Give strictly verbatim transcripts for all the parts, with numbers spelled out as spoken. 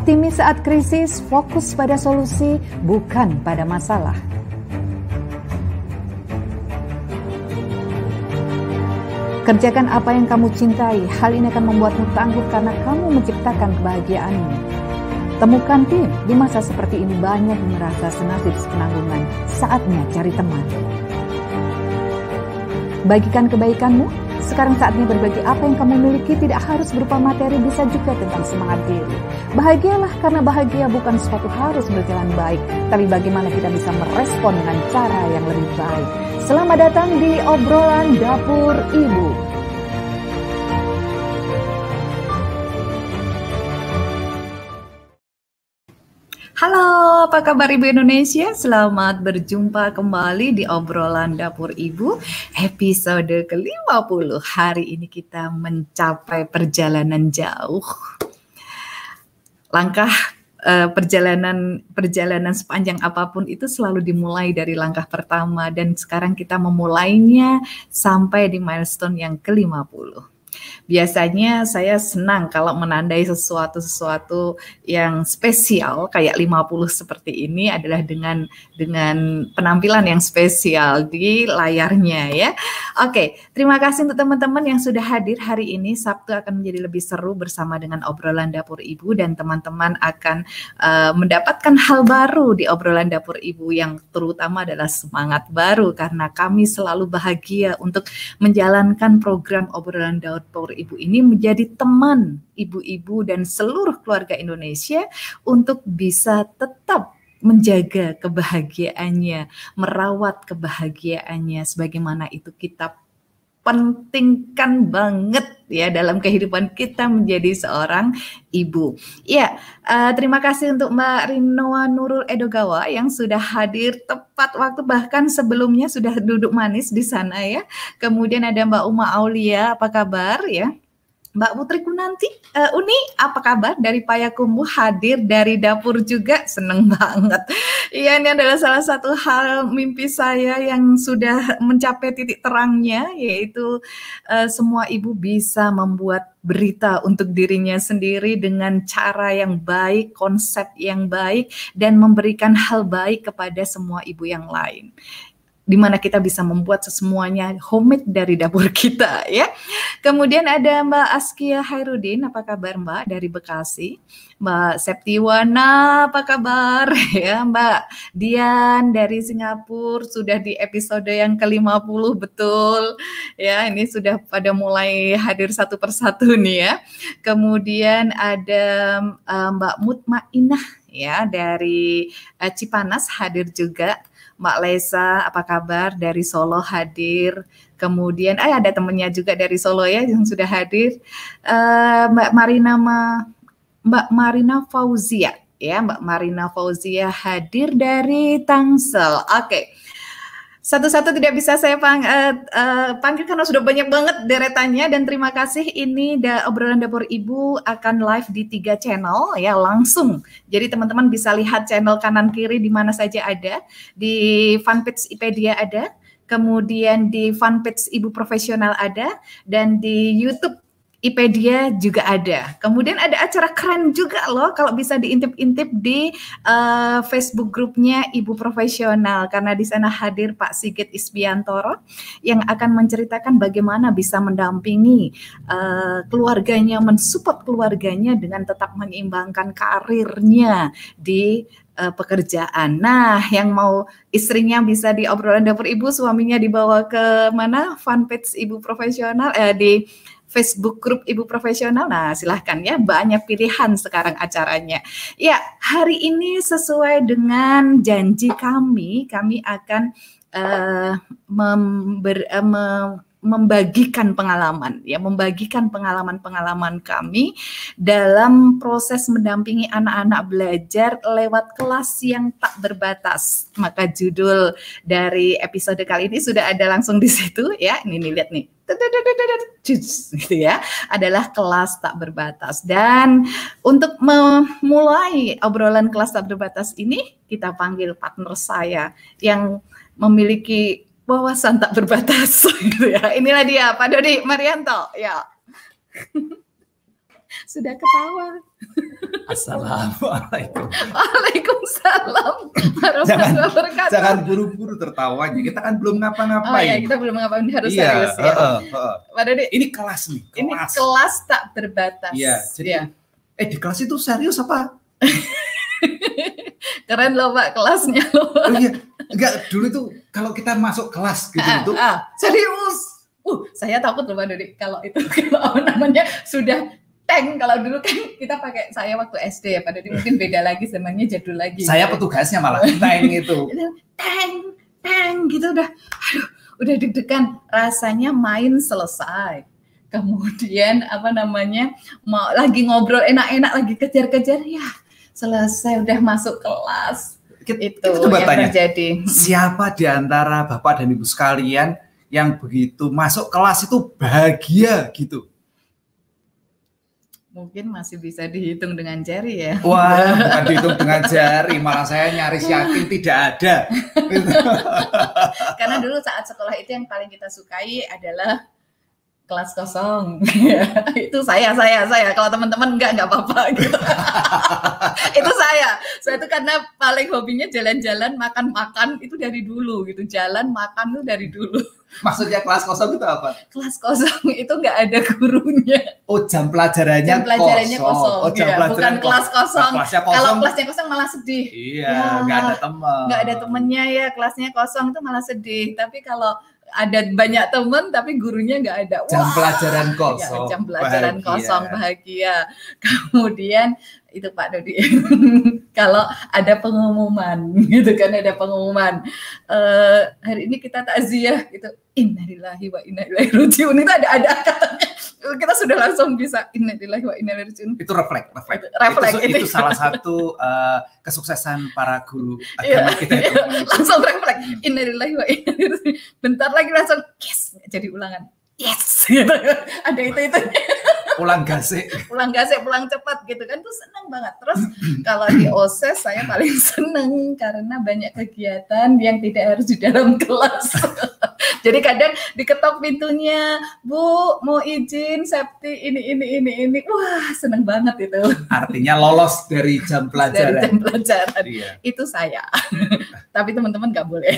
Optimis saat krisis, fokus pada solusi, bukan pada masalah. Kerjakan apa yang kamu cintai, hal ini akan membuatmu tangguh karena kamu menciptakan kebahagiaanmu. Temukan tim, di masa seperti ini banyak yang merasa senasib sepenanggungan, saatnya cari teman. Bagikan kebaikanmu, sekarang saatnya berbagi apa yang kamu miliki, tidak harus berupa materi, bisa juga tentang semangat diri. Bahagialah karena bahagia bukan suatu harus berjalan baik, tapi bagaimana kita bisa merespon dengan cara yang lebih baik. Selamat datang di obrolan Dapur Ibu. Halo, apa kabar Ibu Indonesia? Selamat berjumpa kembali di obrolan Dapur Ibu, episode ke lima puluh. Hari ini kita mencapai perjalanan jauh. Langkah Uh, perjalanan perjalanan sepanjang apapun itu selalu dimulai dari langkah pertama, dan sekarang kita memulainya sampai di milestone yang ke lima puluh. Biasanya saya senang kalau menandai sesuatu-sesuatu yang spesial kayak lima puluh seperti ini adalah dengan dengan penampilan yang spesial di layarnya ya. Oke, terima kasih untuk teman-teman yang sudah hadir hari ini. Sabtu akan menjadi lebih seru bersama dengan obrolan Dapur Ibu, dan teman-teman akan uh, mendapatkan hal baru di obrolan Dapur Ibu, yang terutama adalah semangat baru karena kami selalu bahagia untuk menjalankan program obrolan Dapur Ibu ini menjadi teman ibu-ibu dan seluruh keluarga Indonesia untuk bisa tetap menjaga kebahagiaannya, merawat kebahagiaannya, sebagaimana itu kita pentingkan banget ya dalam kehidupan kita menjadi seorang ibu. Ya, uh, terima kasih untuk Mbak Rinoa Nurul Edogawa yang sudah hadir tepat waktu, bahkan sebelumnya sudah duduk manis di sana ya. Kemudian ada Mbak Uma Aulia, apa kabar ya? Mbak Putri Kunanti, uh, Uni, apa kabar? Dari Payakumbuh hadir dari dapur juga, seneng banget. Iya, ini adalah salah satu hal mimpi saya yang sudah mencapai titik terangnya, yaitu uh, semua ibu bisa membuat berita untuk dirinya sendiri dengan cara yang baik, konsep yang baik, dan memberikan hal baik kepada semua ibu yang lain, di mana kita bisa membuat semuanya homemade dari dapur kita ya. Kemudian ada Mbak Askia Hairudin, apa kabar Mbak, dari Bekasi. Mbak Septiwana, apa kabar ya. Mbak Dian dari Singapura, sudah di episode yang ke lima puluh, betul ya, ini sudah pada mulai hadir satu persatu nih ya. Kemudian ada uh, Mbak Mutmainah ya dari uh, Cipanas hadir juga. Mbak Lesa, apa kabar, dari Solo hadir. Kemudian, eh, ada temennya juga dari Solo ya yang sudah hadir. Uh, Mbak Marina, Ma, Mbak Marina Fauzia, ya Mbak Marina Fauzia hadir dari Tangsel. Oke. Okay. Satu-satu tidak bisa saya pang, uh, uh, panggil karena sudah banyak banget deretannya, dan terima kasih. Ini da, obrolan Dapur Ibu akan live di tiga channel ya langsung. Jadi teman-teman bisa lihat channel kanan kiri di mana saja ada. Di fanpage Ipedia ada, kemudian di fanpage Ibu Profesional ada, dan di YouTube Ipedia juga ada. Kemudian ada acara keren juga loh kalau bisa diintip-intip di uh, Facebook grupnya Ibu Profesional, karena di sana hadir Pak Sigit Isbiantoro yang akan menceritakan bagaimana bisa mendampingi uh, keluarganya, mensupport keluarganya dengan tetap menyeimbangkan karirnya di uh, pekerjaan. Nah, yang mau istrinya bisa di obrolan Dapur Ibu, suaminya dibawa ke mana? Fanpage Ibu Profesional, eh, di Facebook grup Ibu Profesional. Nah, silahkan ya, banyak pilihan sekarang acaranya. Ya, hari ini sesuai dengan janji kami, kami akan uh, member, uh, mem membagikan pengalaman ya, membagikan pengalaman-pengalaman kami dalam proses mendampingi anak-anak belajar lewat kelas yang tak berbatas. Maka judul dari episode kali ini sudah ada langsung di situ ya. Ini nih, lihat nih. Gitu ya, adalah kelas tak berbatas. Dan untuk memulai obrolan kelas tak berbatas ini, kita panggil partner saya yang memiliki wawasan tak berbatas gitu ya. Inilah dia, Pak Dodi Marianto ya. Sudah ketawa. Assalamualaikum. Waalaikumsalam. Jangan, jangan buru-buru tertawanya. Kita kan belum ngapa-ngapain. Oh ya, kita belum ngapa-ngapain, harus iya, serius ya. Uh, uh, uh. Pak Dodi, ini kelas nih. Kelas. Ini kelas tak terbatas. Iya. Jadi, ya. eh di kelas itu serius apa? Keren loh Pak kelasnya loh. Oh iya, enggak dulu tuh kalau kita masuk kelas gitu ah, itu ah, serius. Uh, saya takut loh Pak Dodi kalau itu kalau namanya sudah tank. Kalau dulu kan kita pakai, saya waktu S D ya Pak Dodi, mungkin beda lagi, zamannya jadul lagi. Saya gitu. Petugasnya malah tank itu. Tank, tank gitu udah. Aduh, udah deg-degan. Rasanya main selesai. Kemudian apa namanya? Mau lagi ngobrol enak-enak, lagi kejar-kejar ya. Selesai udah masuk kelas. Kita, itu kita coba yang tanya, terjadi. Siapa di antara Bapak dan Ibu sekalian yang begitu masuk kelas itu bahagia gitu? Mungkin masih bisa dihitung dengan jari ya. Wah, bukan dihitung dengan jari, malah saya nyaris yakin tidak ada. Karena dulu saat sekolah itu yang paling kita sukai adalah kelas kosong. Itu saya, saya, saya. Kalau teman-teman enggak, enggak apa-apa gitu. Itu saya. Saya itu karena paling hobinya jalan-jalan, makan-makan itu dari dulu gitu. Jalan, makan itu dari dulu. Maksudnya kelas kosong itu apa? Kelas kosong itu enggak ada gurunya. Oh, jam pelajarannya, jam pelajarannya kosong. kosong. Oh, jam ya, pelajaran bukan kelas kosong. Nah, kosong. Kalau kelasnya kosong malah sedih. Iya, ya, enggak ada teman. Enggak ada temennya ya, kelasnya kosong itu malah sedih. Tapi kalau ada banyak teman tapi gurunya nggak ada. Jam Wah, pelajaran kosong. Ya, jam pelajaran bahagia. kosong bahagia. Kemudian itu Pak Dodi. Kalau ada pengumuman gitu kan, ada pengumuman. Uh, hari ini kita takziah gitu. Innalillahi wa inna ilaihi raji'un. Itu ada ada katanya. Kita sudah langsung bisa innalillahi wa inna ilaihi raji'un. Itu refleks, refleks. refleks itu, itu, itu salah satu uh, kesuksesan para guru agama kita itu. Langsung refleks. Innalillahi wa inna ilaihi raji'un. Bentar lagi langsung yes, jadi ulangan. Yes, gitu. Ada itu-itu. Pulang gasek. Pulang gasek, pulang cepat gitu kan, tuh senang banget. Terus kalau di O S E S saya paling seneng karena banyak kegiatan yang tidak harus di dalam kelas. Jadi kadang diketok pintunya, Bu mau izin Septi ini ini ini ini, wah seneng banget itu. Artinya lolos dari jam pelajaran. Dari jam pelajaran. Iya. Itu saya. Tapi teman-teman nggak boleh.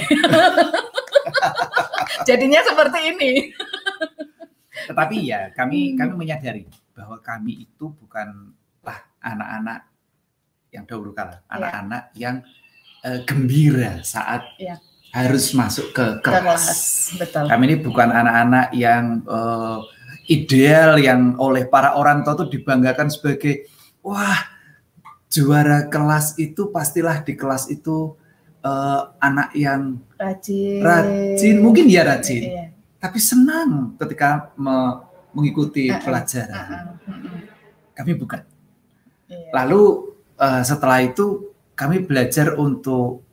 Jadinya seperti ini. Tetapi ya kami hmm. kami menyadari bahwa kami itu bukanlah anak-anak yang dahulu kala, ya. anak-anak yang uh, gembira saat ya. harus masuk ke kelas. Betul. Kami ini bukan anak-anak yang uh, ideal yang oleh para orang tua itu dibanggakan sebagai wah juara kelas itu pastilah di kelas itu uh, anak yang rajin, rajin mungkin ya rajin. Iya. Tapi senang ketika me mengikuti uh, pelajaran. Uh, uh, uh, uh. Kami bukan. Iya. Lalu uh, setelah itu kami belajar untuk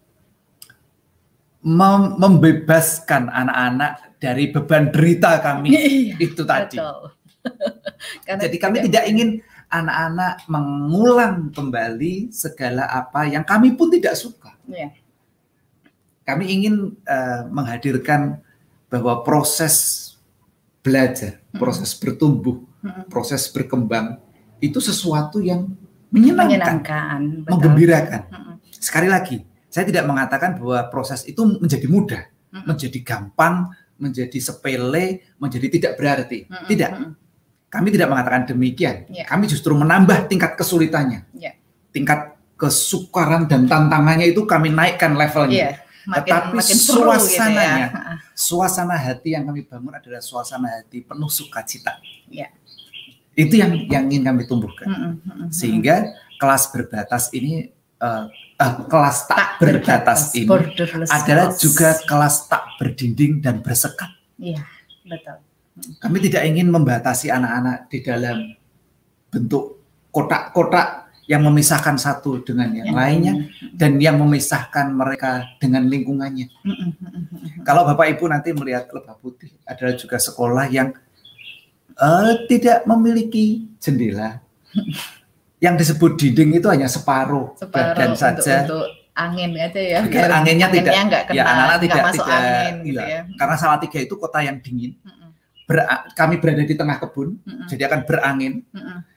mem membebaskan anak-anak dari beban derita kami iya, itu tadi. Jadi kami tidak, tidak ingin anak-anak mengulang kembali segala apa yang kami pun tidak suka. Iya. Kami ingin uh, menghadirkan bahwa proses belajar, proses bertumbuh, proses berkembang itu sesuatu yang menyenangkan, menyenangkan menggembirakan. Sekali lagi, saya tidak mengatakan bahwa proses itu menjadi mudah, menjadi gampang, menjadi sepele, menjadi tidak berarti. Tidak. Kami tidak mengatakan demikian. Kami justru menambah tingkat kesulitannya. Tingkat kesukaran dan tantangannya itu kami naikkan levelnya. Makin, Tetapi makin seru suasananya, gitu ya. suasana hati yang kami bangun adalah suasana hati penuh sukacita. Ya. Itu yang yang ingin kami tumbuhkan. Mm -mm, mm -mm. Sehingga kelas berbatas ini, uh, uh, kelas tak, tak berbatas, berbatas ini adalah class. juga kelas tak berdinding dan bersekat. Iya, betul. Kami tidak ingin membatasi anak-anak di dalam bentuk kotak-kotak yang memisahkan satu dengan yang, yang lainnya mm-hmm. dan yang memisahkan mereka dengan lingkungannya. Mm-hmm. Kalau Bapak Ibu nanti melihat Lebah Putih adalah juga sekolah yang uh, tidak memiliki jendela. Yang disebut dinding itu hanya separuh, separuh badan untuk, saja. Untuk angin aja ya. Biar anginnya, anginnya tidak, enggak kena, ya anak-anak tidak, masuk tidak, angin gitu iya. ya. Karena Salatiga itu kota yang dingin. Mm-hmm. Ber, kami berada di tengah kebun, mm-hmm. jadi akan berangin. Mm-hmm.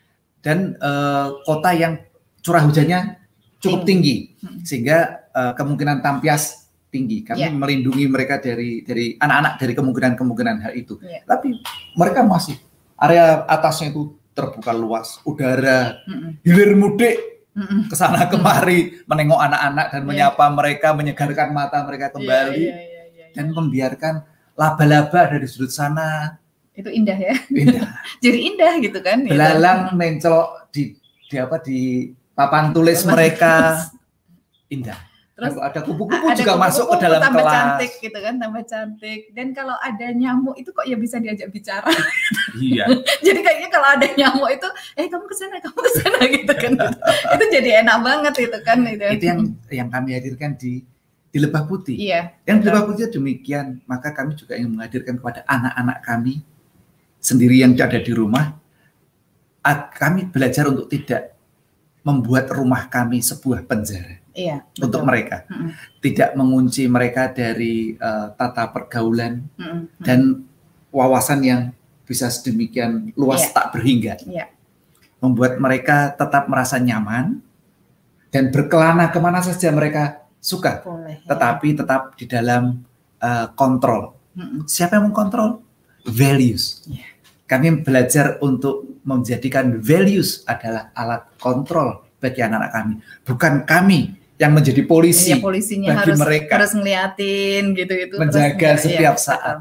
dan uh, kota yang curah hujannya cukup tinggi, tinggi. Sehingga uh, kemungkinan tampias tinggi. Kami yeah. melindungi mereka dari dari anak-anak dari kemungkinan-kemungkinan hal itu. Yeah. Tapi mereka masih area atasnya itu terbuka luas, udara, mm-mm. hilir mudik ke sana kemari, mm-mm. menengok anak-anak dan yeah. menyapa mereka, menyegarkan mata mereka kembali, yeah, yeah, yeah, yeah, yeah. dan membiarkan laba-laba dari sudut sana. Itu indah ya. Indah. Jadi indah gitu kan. Belalang mencolok di, di apa di papan tulis papan mereka tulis. Indah. Terus ada kupu-kupu juga kupu-kupu masuk ke dalam tambah kelas. Cantik gitu kan, tambah cantik. Dan kalau ada nyamuk itu kok ya bisa diajak bicara. Iya. Jadi kayaknya kalau ada nyamuk itu, eh kamu kesana, kamu kesana gitu kan. Gitu. Itu jadi enak banget itu kan. Itu, itu yang yang kami hadirkan di di Lebah Putih. Iya. Yang di Lebah Putih demikian, maka kami juga ingin menghadirkan kepada anak-anak kami sendiri yang ada di rumah. Kami belajar untuk tidak membuat rumah kami sebuah penjara. Iya, untuk mereka, mm-hmm. tidak mengunci mereka dari uh, tata pergaulan mm-hmm. dan wawasan yang bisa sedemikian luas yeah. tak berhingga, yeah. membuat mereka tetap merasa nyaman dan berkelana kemana saja mereka suka, boleh, tetapi ya. tetap di dalam uh, kontrol. Mm-hmm. Siapa yang mengkontrol? Values. Yeah. Kami belajar untuk menjadikan values adalah alat kontrol bagi anak-anak kami, bukan kami yang menjadi polisi ya, polisinya bagi harus, mereka harus ngeliatin gitu-gitu menjaga terus, setiap ya, saat.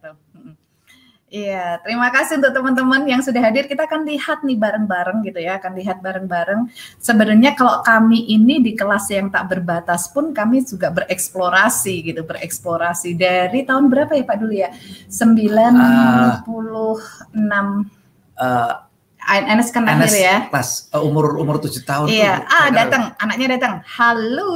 Iya, terima kasih untuk teman-teman yang sudah hadir. Kita akan lihat nih bareng-bareng gitu ya, akan lihat bareng-bareng. Sebenarnya kalau kami ini di kelas yang tak berbatas pun kami juga bereksplorasi gitu, bereksplorasi dari tahun berapa ya Pak dulu ya? sembilan puluh enam uh, N S kan akhir ya. Pas uh, umur umur tujuh tahun. Iya, tuh, ah datang, anaknya datang. Halo.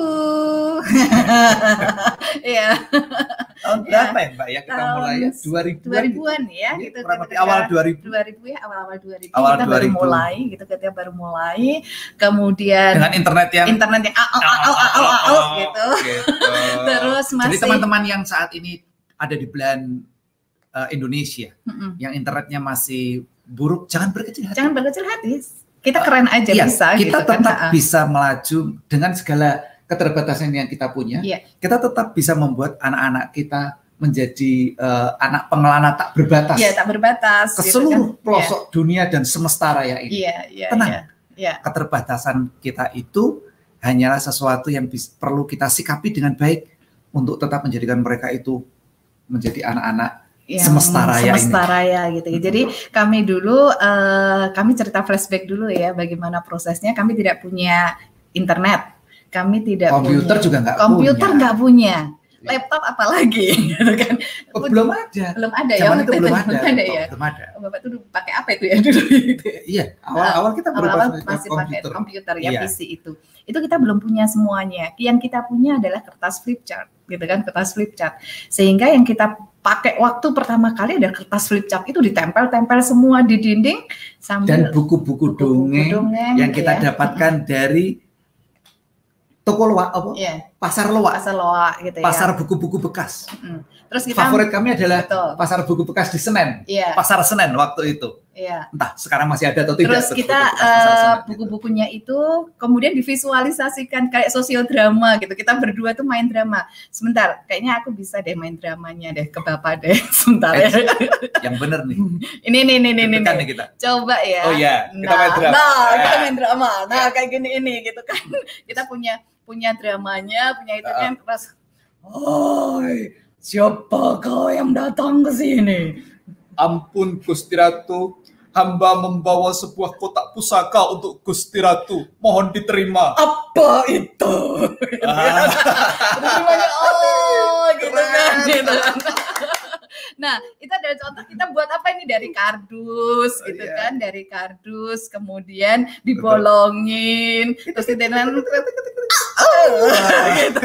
Iya. Tahun berapa ya Mbak ya kita tahun mulai ya? dua ribuan ya ya, gitu. Ketika, awal dua ribu. dua ribu ya, awal-awal dua ribu awal kita dua ribu. baru mulai gitu, kita baru mulai. Kemudian dengan internet yang internet yang au au au au au au gitu. gitu. Terus masih. Jadi teman-teman yang saat ini ada di belahan uh, Indonesia mm-mm. yang internetnya masih buruk, jangan berkecil hati. Jangan berkecil hati. Kita keren aja iya, bisa. Kita gitu, tetap kan? bisa melaju dengan segala keterbatasan yang kita punya. Iya. Kita tetap bisa membuat anak-anak kita menjadi uh, anak pengelana tak berbatas. Iya, tak berbatas. Ke seluruh gitu kan? pelosok iya. dunia dan semesta raya ini. Iya, iya, Tenang. Iya, iya. Keterbatasan kita itu hanyalah sesuatu yang bis, perlu kita sikapi dengan baik untuk tetap menjadikan mereka itu menjadi anak-anak yang semesta raya semesta ini. raya gitu. Jadi kami dulu uh, kami cerita flashback dulu ya bagaimana prosesnya. Kami tidak punya internet, kami tidak komputer punya, juga nggak komputer punya. nggak punya, laptop apalagi gitu kan. Oh, belum ada. Belum ada ya. Zaman itu belum ada. Belum ada ya. Belum ada. Oh, Bapak tuh pakai apa itu ya dulu gitu. Iya, awal-awal kita awal-awal masih pakai komputer ya, iya. P C itu. Itu kita belum punya semuanya. Yang kita punya adalah kertas flip chart, gitu kan, kertas flip chart. Sehingga yang kita pakai waktu pertama kali ada kertas flip chart itu ditempel-tempel semua di dinding sambil dan buku-buku dongeng, dongeng yang kita ya. dapatkan dari toko loak apa? Yeah. Pasar loak. Pasar loak gitu ya. Pasar buku-buku bekas. Mm. Terus kita, favorit kami adalah betul. Pasar buku bekas di Senen. Yeah. Pasar Senen waktu itu. Yeah. Entah sekarang masih ada atau tidak. Terus kita uh, buku-bukunya itu kemudian divisualisasikan kayak sosiodrama gitu. Kita berdua tuh main drama. Sebentar, kayaknya aku bisa deh main dramanya deh ke Bapak deh. Sebentar ya. Yang bener nih. Ini nih nih nih nih. nih kita. Coba ya. Oh iya, kita nah, main drama. Nah, kita main drama. Nah, kayak gini ini gitu kan. Kita punya punya dramanya, punya itu kan uh. terus. Oi, siapa kau yang datang ke sini? Ampun Gusti Ratu, hamba membawa sebuah kotak pusaka untuk Gusti Ratu. Mohon diterima. Apa itu? Ah. Terimanya, oh, gitu kan, gitu. Nah, itu adalah contoh kita buat apa ini dari kardus, gitu oh, iya. kan, dari kardus, kemudian dibolongin, terus ditenan, oh, gitu.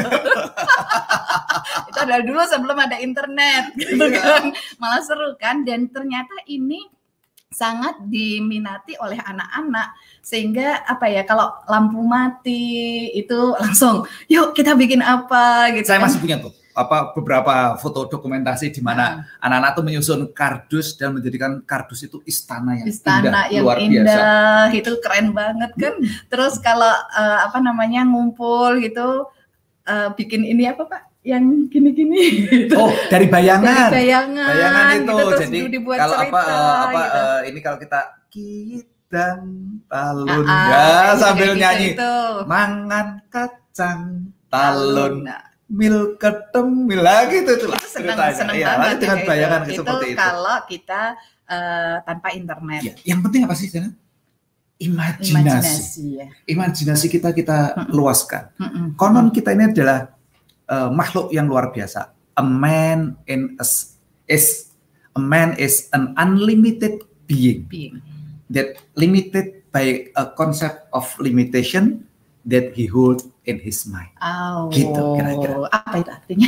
Itu adalah dulu sebelum ada internet, gitu iya. kan, malah seru kan, dan ternyata ini sangat diminati oleh anak-anak sehingga apa ya kalau lampu mati itu langsung yuk kita bikin apa gitu. Saya kan. masih punya tuh. apa beberapa foto dokumentasi di mana nah. anak-anak tuh menyusun kardus dan menjadikan kardus itu istana yang istana indah, yang luar indah, biasa. Itu keren banget kan. Hmm. Terus kalau uh, apa namanya ngumpul gitu uh, bikin ini apa Pak? Yang gini-gini. Gitu. Oh, dari bayangan. Dari bayangan. Bayangan itu. Gitu, jadi cerita, kalau apa uh, apa gitu. uh, ini kalau kita dan talun ah, ya ah, sambil gitu, nyanyi gitu. Mangan kacang talun. Mil ketemil lagi itu tuh seneng, seneng ya, banget dengan ya, bayangan itu. seperti itu. Kalau kita uh, tanpa internet. Ya, yang penting apa sih Jana? Imajinasi. Imajinasi, ya. Imajinasi kita kita Mm-mm. luaskan. Mm-mm. Konon kita ini adalah uh, makhluk yang luar biasa. A man in a, is a man is an unlimited being. being. That limited by a concept of limitation that he hold in his mind. Oh, gitu kira-kira. Apa itu artinya?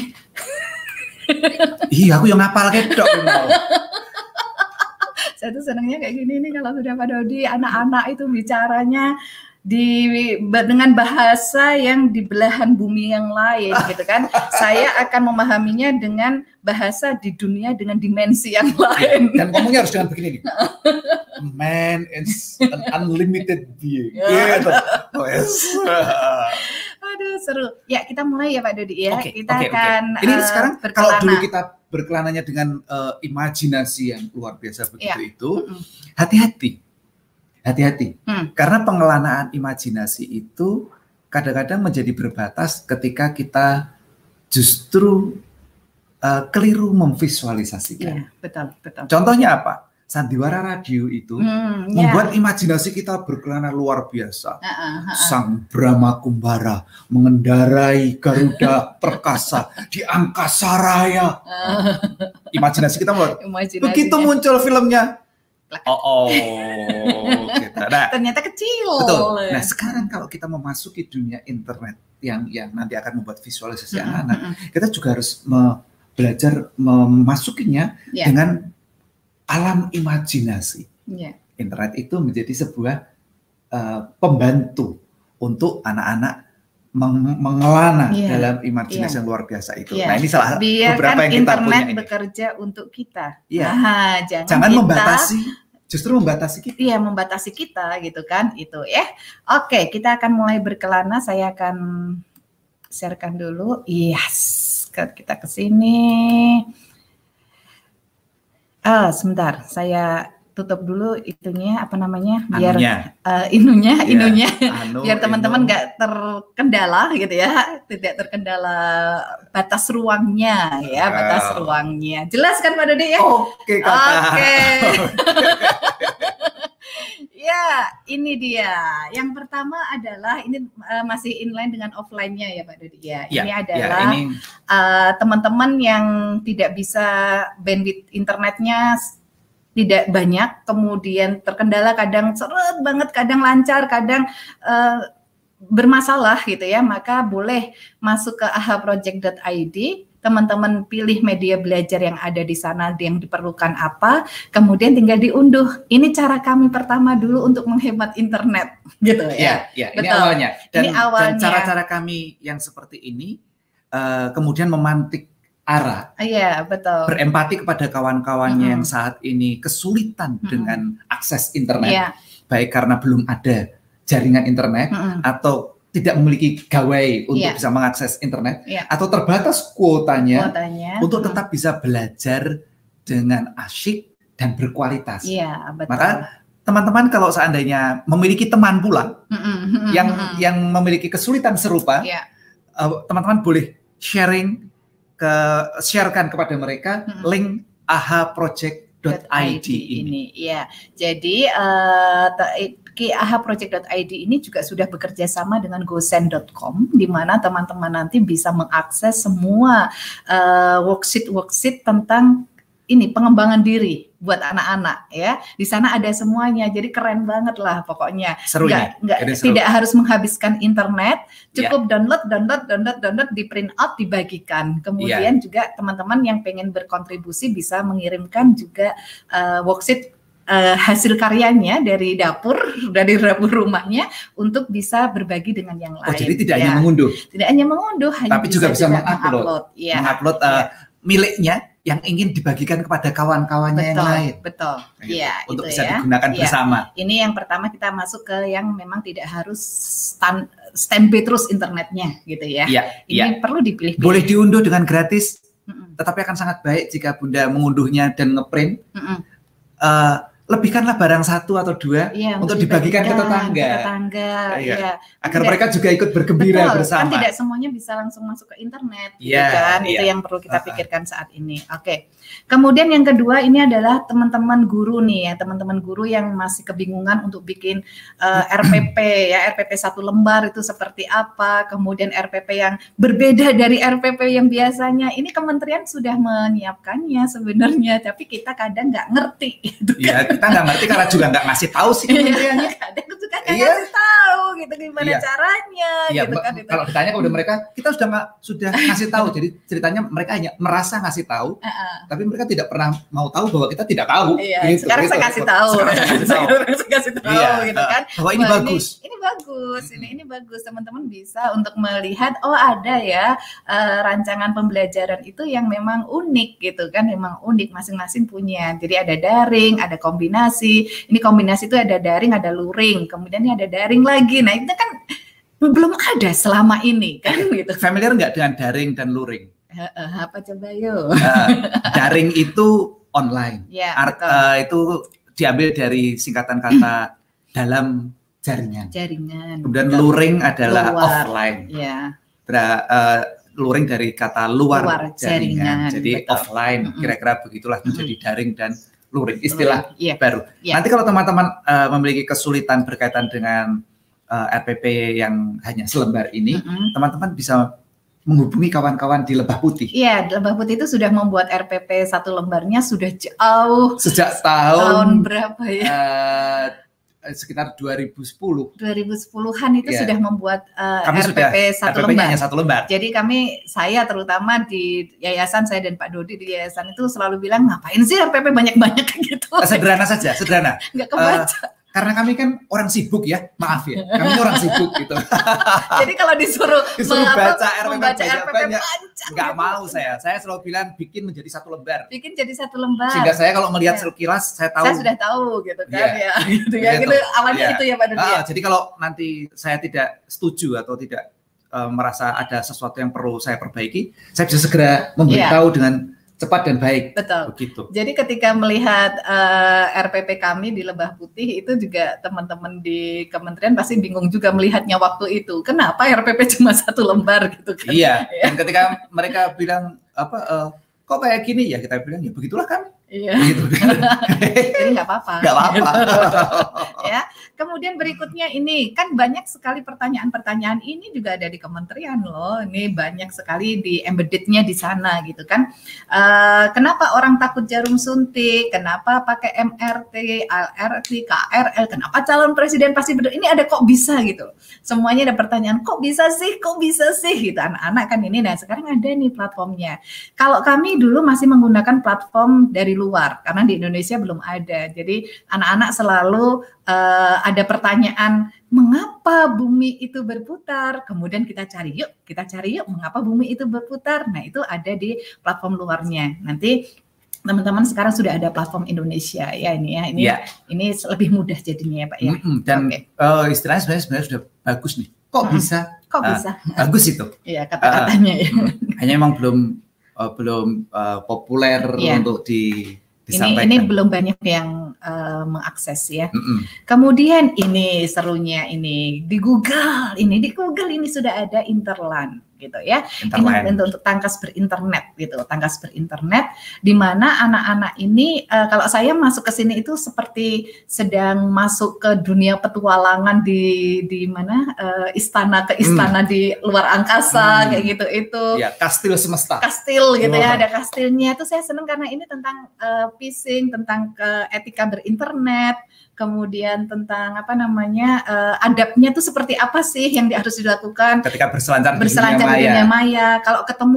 Iya, aku yang ngapal kedok mau. Saya tuh senangnya kayak gini nih kalau sudah Pak Dodi, anak-anak itu bicaranya di dengan bahasa yang di belahan bumi yang lain gitu kan. Saya akan memahaminya dengan bahasa di dunia dengan dimensi yang lain. Dan ngomongnya harus dengan begini nih. Man is an unlimited being. Yeah. Gitu. Oh, yes. Aduh seru. Ya kita mulai ya Pak Dodi ya. Okay, kita okay, akan okay. Ini uh, sekarang berkelana. Kalau dulu kita berkelananya dengan uh, imajinasi yang luar biasa begitu yeah. itu, mm-hmm. hati-hati. Hati-hati, hmm. karena pengelanaan imajinasi itu kadang-kadang menjadi berbatas ketika kita justru uh, keliru memvisualisasikan. Ya, betul, betul. Contohnya apa? Sandiwara radio itu hmm, membuat ya. imajinasi kita berkelana luar biasa. Uh, uh, uh, uh. Sang Brahma Kumbara mengendarai Garuda Perkasa di angkasa raya. Uh. Imajinasi kita membuat. Begitu muncul filmnya. Oh, oh gitu. Nah, ternyata kecil. Betul. Nah, sekarang kalau kita memasuki dunia internet yang yang nanti akan membuat visualisasi mm-hmm. anak-anak, kita juga harus me- belajar memasukinya yeah. dengan alam imajinasi. Yeah. Internet itu menjadi sebuah uh, pembantu untuk anak-anak meng- mengelana yeah. dalam imajinasi yeah. yang luar biasa itu. Yeah. Nah, ini salah Biarkan beberapa yang kita internet punya ini. Bekerja untuk kita. Iya. Nah, jangan, jangan kita, membatasi, justru membatasi kita. Iya, membatasi kita gitu kan, itu ya. Oke, kita akan mulai berkelana. Saya akan sharekan dulu. Yes, kita ke sini. Ah, sebentar, saya tutup dulu itunya apa namanya biar uh, inunya ya, inunya anu, biar teman-teman nggak terkendala gitu ya, tidak terkendala batas ruangnya ya, batas oh. ruangnya. Jelas kan Pak Dodi ya? Oke Kakak. Oke. Ya, ini dia. Yang pertama adalah ini uh, masih inline dengan offline-nya ya Pak Dodi ya. ya ini adalah ya, ini... Uh, teman-teman yang tidak bisa bandwidth internetnya tidak banyak, kemudian terkendala, kadang seret banget, kadang lancar, kadang uh, bermasalah gitu ya, maka boleh masuk ke ahaproject dot i d, teman-teman pilih media belajar yang ada di sana, yang diperlukan apa, kemudian tinggal diunduh. Ini cara kami pertama dulu untuk menghemat internet, gitu ya. Ya, ya ini awalnya. Dan, ini awalnya. Dan cara-cara kami yang seperti ini, uh, kemudian memantik arah, iya betul. Berempati kepada kawan-kawannya mm-hmm. yang saat ini kesulitan mm-hmm. dengan akses internet, yeah. baik karena belum ada jaringan internet mm-hmm. atau tidak memiliki gawai untuk yeah. bisa mengakses internet, yeah. atau terbatas kuotanya, kuotanya. untuk mm-hmm. tetap bisa belajar dengan asyik dan berkualitas. Yeah, betul. Maka teman-teman kalau seandainya memiliki teman pula mm-hmm. yang mm-hmm. yang memiliki kesulitan serupa, yeah. uh, teman-teman boleh sharing. ke sharekan kepada mereka hmm. link ahaproject dot i d ini. ini. Ya, jadi uh, ahaproject dot i d ini juga sudah bekerja sama dengan gosen dot com, di mana teman-teman nanti bisa mengakses semua uh, worksheet-worksheet tentang ini pengembangan diri buat anak-anak ya. Di sana ada semuanya, jadi keren banget lah pokoknya. Seru nggak, nggak, seru. Tidak harus menghabiskan internet, cukup yeah. download, download, download, download, di print out, dibagikan. Kemudian yeah. juga teman-teman yang pengen berkontribusi bisa mengirimkan juga uh, worksheet uh, hasil karyanya dari dapur, dari dapur rumahnya untuk bisa berbagi dengan yang lain. Oh, jadi tidak ya. hanya mengunduh. Tidak hanya mengunduh, hanya tapi juga bisa mengupload. Ya. Mengupload uh, ya. miliknya yang ingin dibagikan kepada kawan-kawannya yang lain. Betul, iya. Gitu. Untuk itu bisa ya. digunakan ya. bersama. Ini yang pertama kita masuk ke yang memang tidak harus stand, standby terus internetnya gitu ya. Iya, Ini ya. perlu dipilih-pilih. Boleh diunduh dengan gratis, Mm-mm. tetapi akan sangat baik jika Bunda mengunduhnya dan ngeprint. Uh, lebihkanlah barang satu atau dua ya, untuk dibagikan ke tetangga, ke tetangga ya. Ya. Agar tidak, mereka juga ikut bergembira betul, bersama. Kan tidak semuanya bisa langsung masuk ke internet, ya, gitu kan? ya. Itu yang perlu kita pikirkan saat ini. Oke. Kemudian yang kedua ini adalah teman-teman guru nih ya, teman-teman guru yang masih kebingungan untuk bikin uh, R P P ya, R P P satu lembar itu seperti apa, kemudian R P P yang berbeda dari R P P yang biasanya. Ini kementerian sudah menyiapkannya sebenarnya, tapi kita kadang nggak ngerti. Gitu kan? Ya, kita nggak ngerti karena juga nggak ngasih tahu sih kementeriannya. Kadang juga nggak iya. ngasih tahu gitu gimana iya. caranya. Iya, gitu kan, itu. Kalau ditanya kepada mereka, kita sudah nggak sudah ngasih tahu. Jadi ceritanya mereka hanya merasa ngasih tahu, uh-uh. tapi mereka tidak pernah mau tahu bahwa kita tidak tahu. Iya, gitu, sekarang gitu. saya kasih tahu. Sekarang saya kasih tahu, saya kasih tahu iya, gitu kan. Bahwa ini Wah, bagus. Ini, ini bagus, ini ini bagus. Teman-teman bisa untuk melihat oh ada ya uh, rancangan pembelajaran itu yang memang unik gitu kan, memang unik masing-masing punya. Jadi ada daring, ada kombinasi. Ini kombinasi itu ada daring, ada luring. Kemudian ini ada daring lagi. Nah, itu kan belum ada selama ini kan gitu. Familiar nggak dengan daring dan luring? Uh, apa coba yuk? Uh, daring itu online. Ya, Art, uh, itu diambil dari singkatan kata dalam jaringan. Jaringan. Kemudian betul. Luring adalah luar. Offline. Ya. Ber, uh, luring dari kata luar, luar jaringan. jaringan. Jadi betul. Offline. Mm-hmm. Kira-kira begitulah mm-hmm. menjadi daring dan luring. Istilah luring. Yeah. baru. Yeah. Nanti kalau teman-teman uh, memiliki kesulitan berkaitan dengan uh, R P P yang hanya selembar ini, mm-hmm. teman-teman bisa menghubungi kawan-kawan di Lebah Putih. Iya, Lebah Putih itu sudah membuat R P P satu lembarnya sudah jauh. Sejak tahun, tahun berapa ya? Uh, sekitar dua ribu sepuluh. dua ribu sepuluhan itu yeah. sudah membuat uh, R P P sudah, satu R P P lembar. Hanya satu lembar. Jadi kami, saya terutama di yayasan, saya dan Pak Dodi di yayasan itu selalu bilang, ngapain sih R P P banyak-banyak gitu? Sederhana saja, sederhana. Nggak kebaca. Uh, Karena kami kan orang sibuk ya, maaf ya, kami orang sibuk gitu. Jadi kalau disuruh, disuruh baca R P P membaca R P P banyak, panjang, nggak gitu. mau saya. Saya selalu bilang bikin menjadi satu lembar. Bikin jadi satu lembar. Sehingga saya kalau melihat ya. sekilas, saya tahu. Saya sudah tahu gitu kan yeah. ya, gitu ya. Gitu, awalnya yeah. itu ya Pak Dodi. Ah, jadi kalau nanti saya tidak setuju atau tidak uh, merasa ada sesuatu yang perlu saya perbaiki, saya bisa segera memberitahu yeah. dengan cepat dan baik. Betul. Begitu. Jadi ketika melihat uh, R P P kami di Lebah Putih itu juga teman-teman di kementerian pasti bingung juga melihatnya waktu itu. Kenapa R P P cuma satu lembar gitu kan? Iya. Dan ketika mereka bilang apa, uh, kok kayak gini ya kita bilang ya begitulah kami. Iya. Gitu. Jadi nggak apa-apa. Nggak apa-apa. Ya. Kemudian berikutnya ini kan banyak sekali pertanyaan-pertanyaan ini juga ada di kementerian loh. Ini banyak sekali di embedded-nya di sana gitu kan. Uh, kenapa orang takut jarum suntik? Kenapa pakai M R T, L R T, K R L? Kenapa calon presiden pasti benar? Ini ada kok bisa gitu. Semuanya ada pertanyaan kok bisa sih? Kok bisa sih? Gitu anak-anak kan ini. Nah sekarang ada nih platformnya. Kalau kami dulu masih menggunakan platform dari luar karena di Indonesia belum ada. Jadi anak-anak selalu uh, ada pertanyaan mengapa bumi itu berputar? Kemudian kita cari yuk, kita cari yuk mengapa bumi itu berputar. Nah, itu ada di platform luarnya. Nanti teman-teman sekarang sudah ada platform Indonesia ya ini ya. Ini ya. Ini lebih mudah jadinya ya, Pak ya. Mm-hmm. Dan okay. uh, istilahnya sebenarnya sebenarnya sudah bagus nih. Kok mm-hmm. bisa? Kok uh, bisa? Bagus itu. Iya, kata-katanya uh, ya. Hanya emang belum Uh, belum uh, populer yeah. untuk di, disampaikan. Ini, ini belum banyak yang uh, mengakses ya. Mm-mm. Kemudian ini serunya ini di Google, ini di Google ini sudah ada Interland gitu ya. Interland. Ini untuk, untuk tangkas berinternet gitu, tangkas berinternet di mana anak-anak ini uh, kalau saya masuk ke sini itu seperti sedang masuk ke dunia petualangan di di mana uh, istana ke istana hmm. di luar angkasa hmm. kayak gitu itu. Ya, kastil semesta. Kastil gitu oh. ya, ada kastilnya. Itu saya senang karena ini tentang uh, phishing, tentang uh, etika berinternet. Kemudian tentang apa namanya uh, adabnya tuh seperti apa sih yang harus dilakukan ketika berselancar, berselancar di dunia maya. Kalau ketemu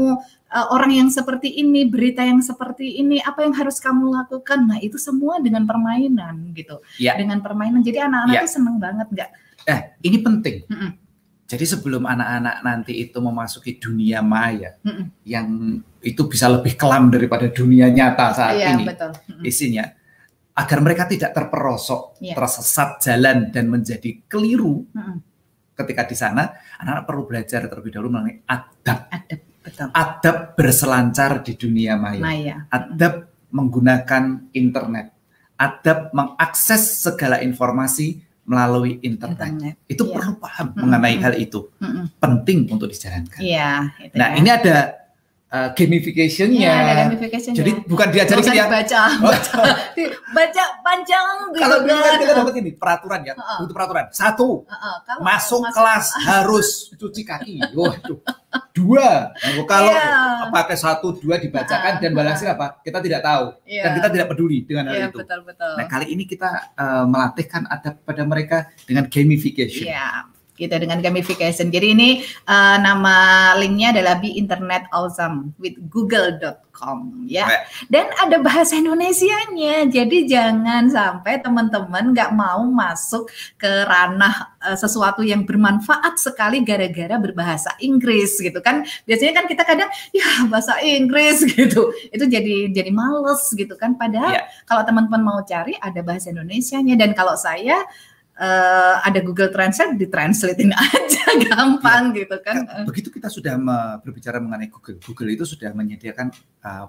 uh, orang yang seperti ini, berita yang seperti ini, apa yang harus kamu lakukan. Nah itu semua dengan permainan gitu, ya. dengan permainan. Jadi anak-anak ya. tuh seneng banget nggak? Eh ini penting. Mm-mm. Jadi sebelum anak-anak nanti itu memasuki dunia maya, Mm-mm. yang itu bisa lebih kelam daripada dunia nyata saat Iya, ini, betul. isinya, agar mereka tidak terperosok, Iya. tersesat jalan dan menjadi keliru. Mm-mm. Ketika di sana, anak-anak perlu belajar terlebih dahulu mengenai adab, Adab, betul. adab berselancar di dunia maya, Maya. adab menggunakan internet, adab mengakses segala informasi melalui internet. internet. Itu yeah. perlu paham mm-hmm. mengenai hal itu. Mm-hmm. Penting untuk dijalankan. Yeah, itu nah, ya. ini ada uh, gamification-nya. Yeah, ada gamification-nya. Jadi bukan diajari yang baca, baca, baca panjang gitu. Kalau dulu kan kita dapat ini peraturan ya, uh-uh. itu peraturan. Satu, uh-uh. Kalau masuk, masuk kelas harus cuci kaki. Waduh. Dua, nah, kalau yeah. pakai satu dua dibacakan uh, dan balasnya apa? Kita tidak tahu yeah. dan kita tidak peduli dengan hal yeah, itu. Betul, betul. Nah kali ini kita uh, melatihkan adab pada mereka dengan gamification. Yeah. Gitu dengan gamification. Jadi ini uh, nama linknya adalah Be Internet Awesome with google dot com ya. Right. Dan ada bahasa Indonesianya. Jadi jangan sampai teman-teman nggak mau masuk ke ranah uh, sesuatu yang bermanfaat sekali gara-gara berbahasa Inggris gitu kan. Biasanya kan kita kadang ya bahasa Inggris gitu. Itu jadi jadi males gitu kan. Padahal yeah. kalau teman-teman mau cari ada bahasa Indonesianya, dan kalau saya Uh, ada Google Translate, ditranslatein aja gampang ya, gitu kan. Begitu kita sudah me- berbicara mengenai Google, Google itu sudah menyediakan uh,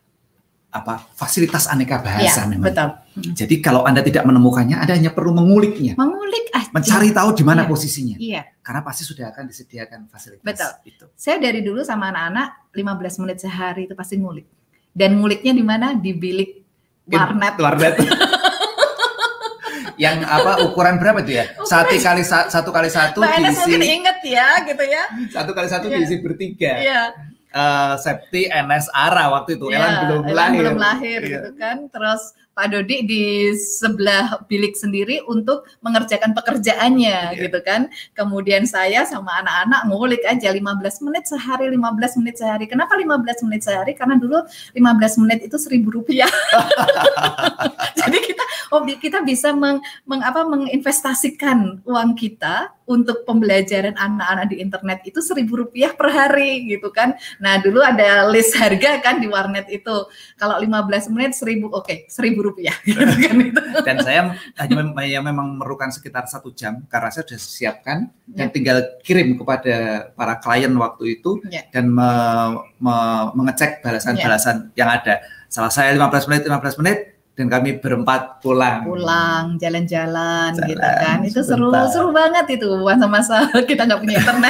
apa fasilitas aneka bahasa ya, memang. Betul. Jadi kalau Anda tidak menemukannya, Anda hanya perlu menguliknya. Mengulik aja. Mencari tahu di mana ya. posisinya. Iya. Karena pasti sudah akan disediakan fasilitas. Betul. Itu. Saya dari dulu sama anak-anak lima belas menit sehari itu pasti ngulik. Dan nguliknya di mana? Di bilik warnet. Warnet. Yang apa ukuran berapa itu ya? Satu kali satu kali satu Mbak diisi. Mungkin inget ya, gitu ya. Satu kali satu yeah. diisi bertiga. Iya. Yeah. Uh, Septi, N S, Ara waktu itu. Yeah. Elan belum Elan lahir. belum lahir yeah. gitu kan. Terus Pak Dodi di sebelah bilik sendiri untuk mengerjakan pekerjaannya yeah. gitu kan. Kemudian saya sama anak-anak ngulik aja lima belas menit sehari, lima belas menit sehari. Kenapa lima belas menit sehari? Karena dulu lima belas menit itu seribu rupiah. Jadi kita oh kita bisa meng, meng, apa, menginvestasikan uang kita untuk pembelajaran anak-anak di internet itu seribu rupiah per hari gitu kan. Nah dulu ada list harga kan di warnet itu. Kalau lima belas menit seribu, oke okay, seribu rupiah gitu kan itu. Dan saya hanya yang memang memerlukan sekitar satu jam karena saya sudah siapkan yeah. dan tinggal kirim kepada para klien waktu itu yeah. dan me, me, mengecek balasan-balasan yeah. yang ada. Salah saya lima belas menit, lima belas menit dan kami berempat pulang. Pulang, jalan-jalan Jalan, gitu kan. Itu seru, seru banget itu masa-masa kita nggak punya internet.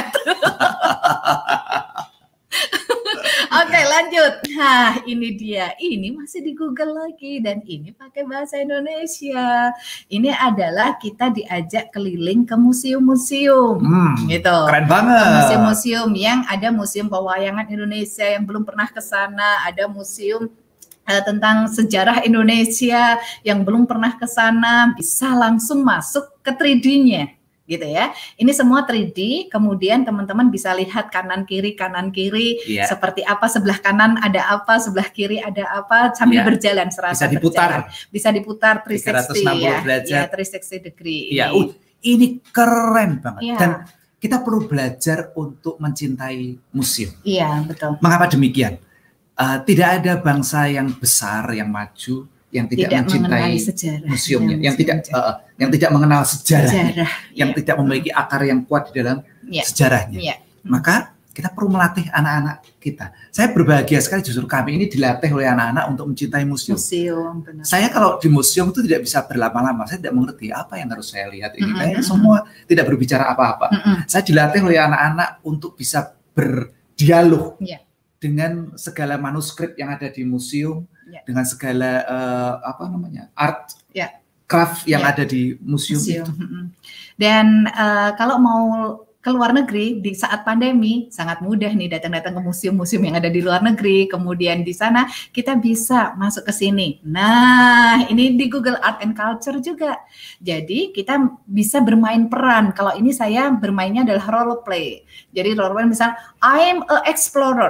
Oke lanjut. Nah ini dia, ini masih di Google lagi dan ini pakai bahasa Indonesia. Ini adalah kita diajak keliling ke museum-museum, hmm, gitu. Keren banget. Museum-museum yang ada museum pewayangan Indonesia yang belum pernah ke sana, ada museum uh, tentang sejarah Indonesia yang belum pernah ke sana, bisa langsung masuk ke tiga D-nya. Gitu ya. Ini semua tiga D, kemudian teman-teman bisa lihat kanan kiri kanan kiri yeah. seperti apa, sebelah kanan ada apa, sebelah kiri ada apa, sambil yeah. berjalan serasa bisa diputar. Berjalan. Bisa diputar tiga ratus enam puluh ya. Ya, tiga ratus enam puluh degree. Iya, uh, ini keren banget. Yeah. Dan kita perlu belajar untuk mencintai museum. Iya, betul. Mengapa demikian? Uh, tidak ada bangsa yang besar yang maju yang tidak, tidak mencintai museumnya, yang, yang tidak uh, yang tidak mengenal sejarah, sejarah yang ya. tidak memiliki akar yang kuat di dalam ya. sejarahnya. Ya. Maka kita perlu melatih anak-anak kita. Saya berbahagia sekali justru kami ini dilatih oleh anak-anak untuk mencintai museum. Museum, benar. Saya kalau di museum itu tidak bisa berlama-lama. Saya tidak mengerti apa yang harus saya lihat ini. Mm-hmm. Kayaknya semua tidak berbicara apa-apa. Mm-hmm. Saya dilatih oleh anak-anak untuk bisa berdialog yeah. dengan segala manuskrip yang ada di museum. Ya. Dengan segala uh, apa namanya art, ya. craft yang ya. ada di museum, museum. itu. Dan uh, kalau mau ke luar negeri di saat pandemi sangat mudah nih datang-datang ke museum-museum yang ada di luar negeri. Kemudian di sana kita bisa masuk ke sini. Nah, ini di Google Art and Culture juga. Jadi kita bisa bermain peran. Kalau ini saya bermainnya adalah role play. Jadi role play misalnya I'm a explorer.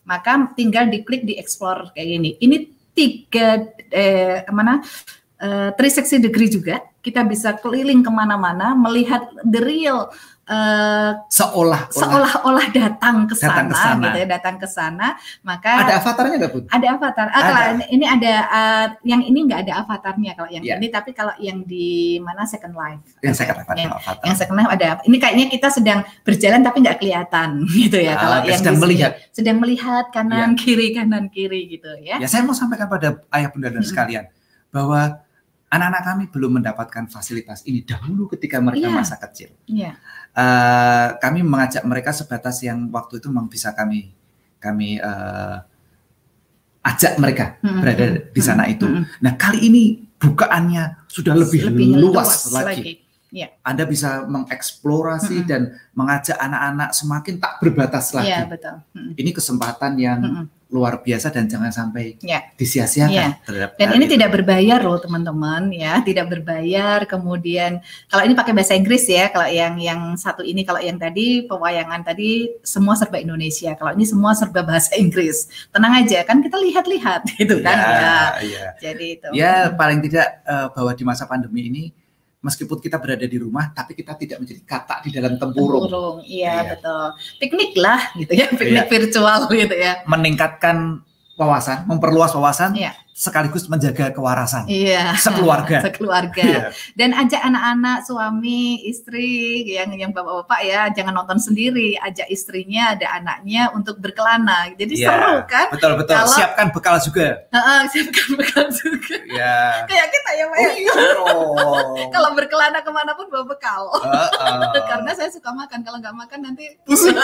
Maka tinggal diklik di explore kayak gini. Ini tiga eh, mana uh, tiga ratus enam puluh degree juga. Kita bisa keliling kemana-mana, melihat the real uh, seolah seolah-olah datang ke sana, datang ke sana. gitu ya, datang ke sana. Maka ada avatarnya nggak, Bu? Ada avatar. Ah, ada. Kalau ini ada uh, yang ini nggak ada avatarnya kalau yang yeah. ini, tapi kalau yang di mana Second Life. Yang Second Life yang, avatar. Yang Second Life ada. Ini kayaknya kita sedang berjalan tapi nggak kelihatan gitu ya. Ah, kalau yang sedang di, melihat, sedang melihat kanan yeah. kiri kanan kiri gitu ya. Ya, saya mau sampaikan pada ayah bunda dan mm-hmm. sekalian bahwa anak-anak kami belum mendapatkan fasilitas ini dahulu ketika mereka yeah. masa kecil. Yeah. Uh, kami mengajak mereka sebatas yang waktu itu memang bisa kami kami uh, ajak mereka mm-hmm. berada di sana mm-hmm. itu. Nah, kali ini bukaannya sudah lebih, lebih luas, luas lagi. lagi. Yeah. Anda bisa mengeksplorasi mm-hmm. dan mengajak anak-anak semakin tak berbatas lagi. Yeah, betul. Mm-hmm. Ini kesempatan yang mm-hmm. luar biasa dan jangan sampai yeah. disia-siakan. Yeah. Dan ini itu. Tidak berbayar loh teman-teman ya, tidak berbayar. Kemudian kalau ini pakai bahasa Inggris ya, kalau yang yang satu ini, kalau yang tadi pewayangan tadi semua serba Indonesia. Kalau ini semua serba bahasa Inggris. Tenang aja, kan kita lihat-lihat gitu kan. Yeah, ya. Yeah. Jadi itu. Ya paling tidak uh, bahwa di masa pandemi ini, meskipun kita berada di rumah, tapi kita tidak menjadi katak di dalam tempurung. Tempurung, iya, iya betul. Piknik lah, gitu ya, piknik iya. virtual gitu ya. Meningkatkan wawasan, memperluas wawasan, iya. sekaligus menjaga kewarasan. Iya. Sekeluarga. Sekeluarga. Iya. Dan ajak anak-anak, suami, istri, yang yang bapak-bapak ya, jangan nonton sendiri. Ajak istrinya, ada anaknya untuk berkelana. Jadi iya. seru kan? Betul betul. Kalau, siapkan bekal juga. Uh, siapkan bekal juga. Iya. Kayak kita ya, Pak. Oh, iya. Kalau berkelana kemanapun bawa bekal. Uh, uh. Karena saya suka makan. Kalau nggak makan nanti pusing.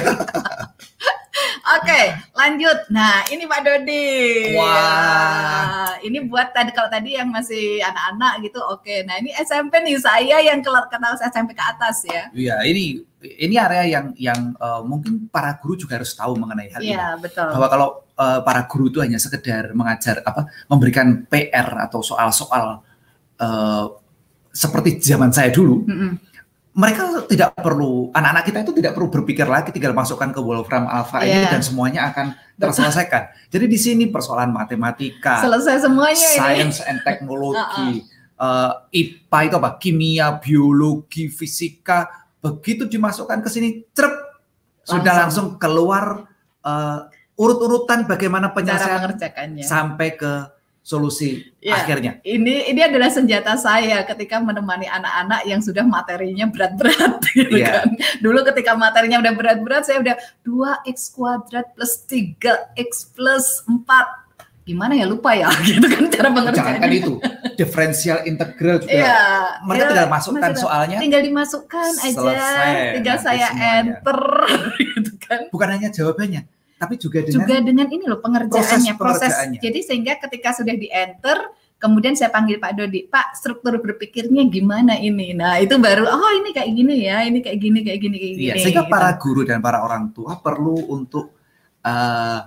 Oke, okay, lanjut. Nah, ini Pak Dodi. Wah. Wow. Ini buat tadi kalau tadi yang masih anak-anak gitu. Oke. Okay. Nah, ini S M P nih, saya yang kenal S M P ke atas ya. Iya, ini ini area yang yang uh, mungkin para guru juga harus tahu mengenai hal ini. Iya, betul. Bahwa kalau uh, para guru itu hanya sekedar mengajar apa, memberikan P R atau soal-soal uh, seperti zaman saya dulu. Mm-mm. Mereka tidak perlu, anak-anak kita itu tidak perlu berpikir lagi, tinggal masukkan ke Wolfram Alpha yeah. ini dan semuanya akan terselesaikan. Jadi di sini persoalan matematika, selesai semuanya, science and teknologi, uh-uh. uh, I P A itu apa, kimia, biologi, fisika, begitu dimasukkan ke sini, cerep, sudah langsung keluar uh, urut-urutan bagaimana penyelesaian sampai ke solusi ya, akhirnya. Ini ini adalah senjata saya ketika menemani anak-anak yang sudah materinya berat-berat gitu ya. Kan. Dulu ketika materinya udah berat-berat, saya udah dua x kuadrat plus tiga x plus empat. Gimana ya, lupa ya gitu kan cara pengerjaannya. Jangan kan itu, diferensial integral juga. Ya, mereka ya, tinggal masukkan soalnya. Tinggal dimasukkan aja, selesai, tinggal saya semuanya. Enter gitu kan. Bukan hanya jawabannya, tapi juga dengan, juga dengan ini loh pengerjaannya, proses, proses. Jadi sehingga ketika sudah di enter, kemudian saya panggil Pak Dodi, Pak struktur berpikirnya gimana ini? Nah itu baru, oh ini kayak gini ya, ini kayak gini, kayak gini, kayak gini. Iya, sehingga gitu. Para guru dan para orang tua perlu untuk uh,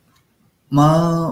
me,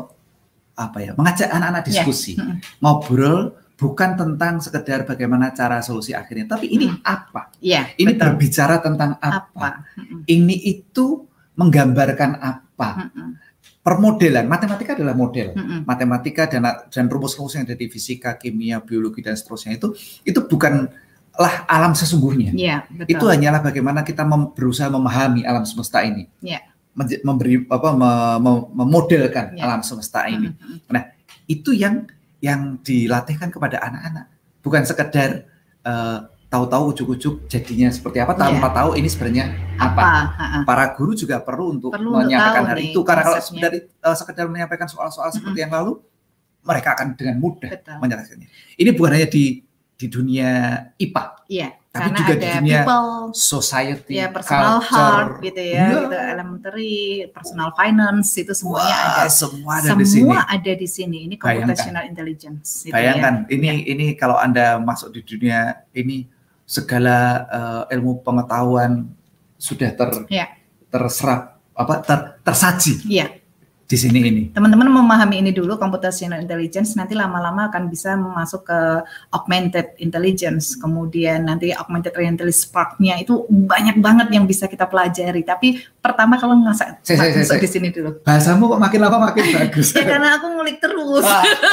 apa ya, mengajak anak-anak diskusi, ya. Ngobrol, bukan tentang sekedar bagaimana cara solusi akhirnya, tapi ini hmm. apa? Ya, ini betul. Berbicara tentang apa? apa? Ini itu menggambarkan apa? Mm-mm. Permodelan, matematika adalah model. Mm-mm. Matematika dan dan rumus-rumus yang ada di fisika, kimia, biologi dan seterusnya itu itu bukanlah alam sesungguhnya. Yeah, betul. Itu hanyalah bagaimana kita mem- berusaha memahami alam semesta ini. Yeah. Men- memberi apa mem- mem- memodelkan yeah. alam semesta ini. Mm-hmm. Nah, itu yang yang dilatihkan kepada anak-anak. Bukan sekedar uh, tahu-tahu ujuk-ujuk jadinya seperti apa, tanpa yeah. tahu ini sebenarnya apa. apa. Para guru juga perlu untuk perlu menyampaikan hal itu, karena kalau dari uh, sekedar menyampaikan soal-soal mm-hmm. seperti yang lalu, mereka akan dengan mudah menjelaskannya. Ini bukan hanya di di dunia I P A, yeah. tapi karena juga di dunia people, society, ya, personal culture, heart, gitu ya, yeah. gitu, elementary, personal finance itu semuanya Wah, ada. Semua ada semua di sini. ada di sini. Ini computational intelligence. Gitu Bayangkan, ya. ini ya. ini kalau Anda masuk di dunia ini, segala uh, ilmu pengetahuan sudah ter ya. terserap apa ter, tersaji ya. di di sini ini. Teman-teman memahami ini dulu, computational intelligence, nanti lama-lama akan bisa masuk ke augmented intelligence, kemudian nanti augmented reality spark-nya itu banyak banget yang bisa kita pelajari. Tapi pertama kalau nggak masuk di sini dulu. Bahasamu kok makin lama makin bagus. Ya karena aku ngulik terus.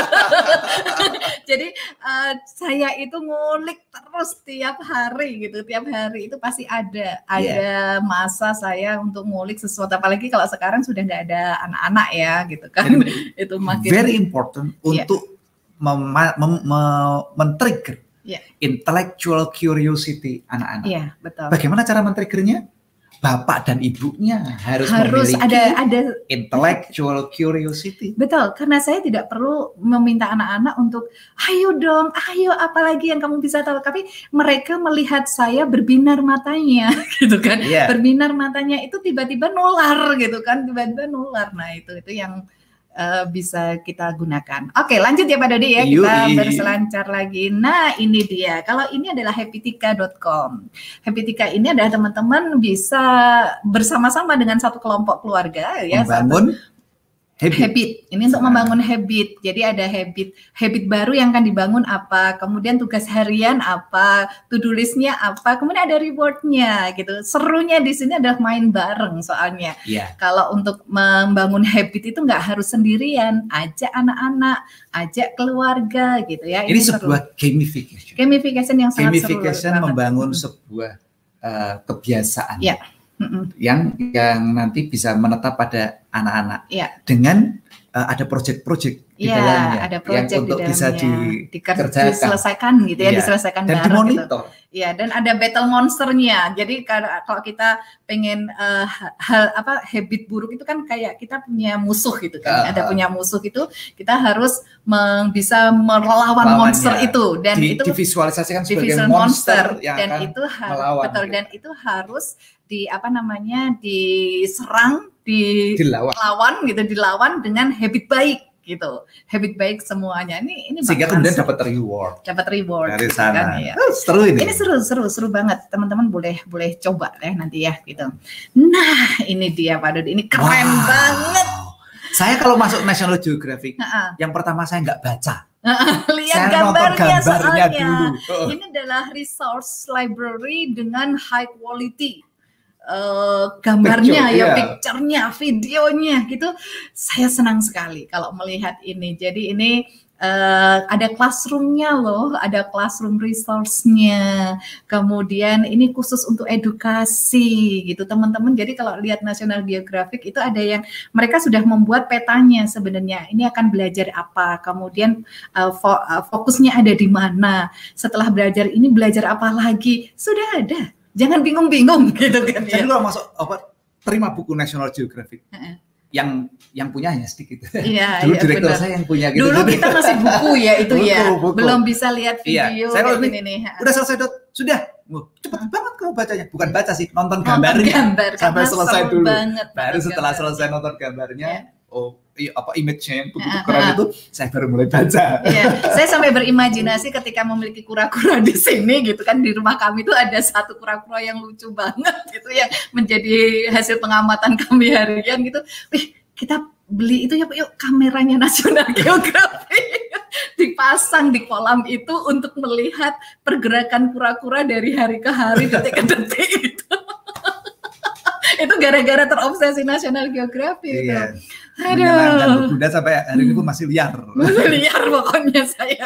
Jadi uh, saya itu ngulik terus tiap hari gitu, tiap hari itu pasti ada, ada yeah. masa saya untuk ngulik sesuatu. Apalagi kalau sekarang sudah nggak ada anak-anak ya gitu kan. Itu makin very important yeah. untuk mem- mem- mem- men-trigger yeah. intellectual curiosity anak-anak. Iya, yeah, betul. Bagaimana cara men-triggernya? Bapak dan ibunya harus, harus memiliki ada ada intellectual curiosity. Betul, karena saya tidak perlu meminta anak-anak untuk ayo dong, ayo apalagi yang kamu bisa tahu, tapi mereka melihat saya berbinar matanya gitu kan. Yeah. Berbinar matanya itu tiba-tiba nular gitu kan, tiba-tiba nular. Nah, itu itu yang Uh, bisa kita gunakan. Oke, lanjut ya Pak Dodi ya, kita Yui. berselancar lagi. Nah, ini dia. Kalau ini adalah happytika dot com. Happytika ini adalah teman-teman bisa bersama-sama dengan satu kelompok keluarga ya. Membangun satu, habit. habit. Ini untuk membangun habit. Jadi ada habit, habit baru yang akan dibangun apa, kemudian tugas harian apa, to-do list-nya apa, kemudian ada reward-nya gitu. Serunya di sini adalah main bareng soalnya. Yeah. Kalau untuk membangun habit itu nggak harus sendirian, ajak anak-anak, ajak keluarga gitu ya. Ini, Ini sebuah seru. gamification. Gamification yang sangat gamification seru. Gamification membangun hmm. sebuah uh, kebiasaan. Yeah. Mm-mm. yang yang nanti bisa menetap pada anak-anak yeah. dengan uh, ada project-project di yeah, dalamnya ada project yang untuk di bisa dikerjakan, diselesaikan gitu ya, yeah. diselesaikan dan dimonitor. Gitu. Ya, dan ada battle monsternya. Jadi kalau kita pengen uh, hal apa habit buruk itu kan kayak kita punya musuh gitu kan. Uh, ada punya musuh itu kita harus meng, bisa melawan monster itu dan di, itu divisualisasikan sebagai monster, monster yang dan akan itu harus melawan, betul gitu. Dan itu harus di apa namanya diserang, di dilawan. lawan gitu, dilawan dengan habit baik. Gitu, habit baik semuanya. Ini ini sehingga kemudian dapat reward. Dapat reward dari sana. Kan, ya. Oh, seru ini. Ini seru, seru, seru banget. Teman-teman boleh boleh coba ya nanti ya gitu. Nah, ini dia Pak Dodi. Ini keren wow. banget. Saya kalau masuk National Geographic, uh-uh. yang pertama saya nggak baca. Lihat saya gambarnya, gambarnya dulu. Oh. Ini adalah resource library dengan high quality. Uh, gambarnya, Picture, ya, yeah. picture-nya, videonya gitu. Saya senang sekali kalau melihat ini. Jadi ini uh, ada classroom-nya loh, ada classroom resource-nya. Kemudian ini khusus untuk edukasi gitu teman-teman. Jadi kalau lihat National Geographic itu ada yang mereka sudah membuat petanya sebenarnya. Ini akan belajar apa, kemudian uh, fo- uh, fokusnya ada di mana. Setelah belajar ini belajar apa lagi, sudah ada. Jangan bingung-bingung gitu kan. Saya dulu masuk apa terima buku National Geographic. Uh-uh. Yang yang punya hanya sedikit. Iya, dulu iya, direktur benar. saya yang punya gitu. Dulu kita masih buku ya itu buku, ya. Buku. Belum bisa lihat video. Iya. Saya kalau ini nih. Udah selesai Dot. Sudah. Wah, cepet uh. banget kamu bacanya. Bukan baca sih, nonton gambarnya. Gambar, sampai selesai dulu. Banget, baru setelah gambar. selesai nonton gambarnya, yeah. oh iya, apa image-nya yang begitu uh, keren uh. itu, saya baru mulai baca. Iya, saya sampai berimajinasi ketika memiliki kura-kura di sini gitu kan, di rumah kami itu ada satu kura-kura yang lucu banget gitu yang menjadi hasil pengamatan kami harian gitu. Wih, kita beli itu ya Pak, yuk kameranya National Geographic dipasang di kolam itu untuk melihat pergerakan kura-kura dari hari ke hari, detik ke detik gitu. Itu gara-gara terobsesi National Geographic. Iya. Aduh. Bunda sampai hari ini pun masih liar. Masih liar pokoknya saya.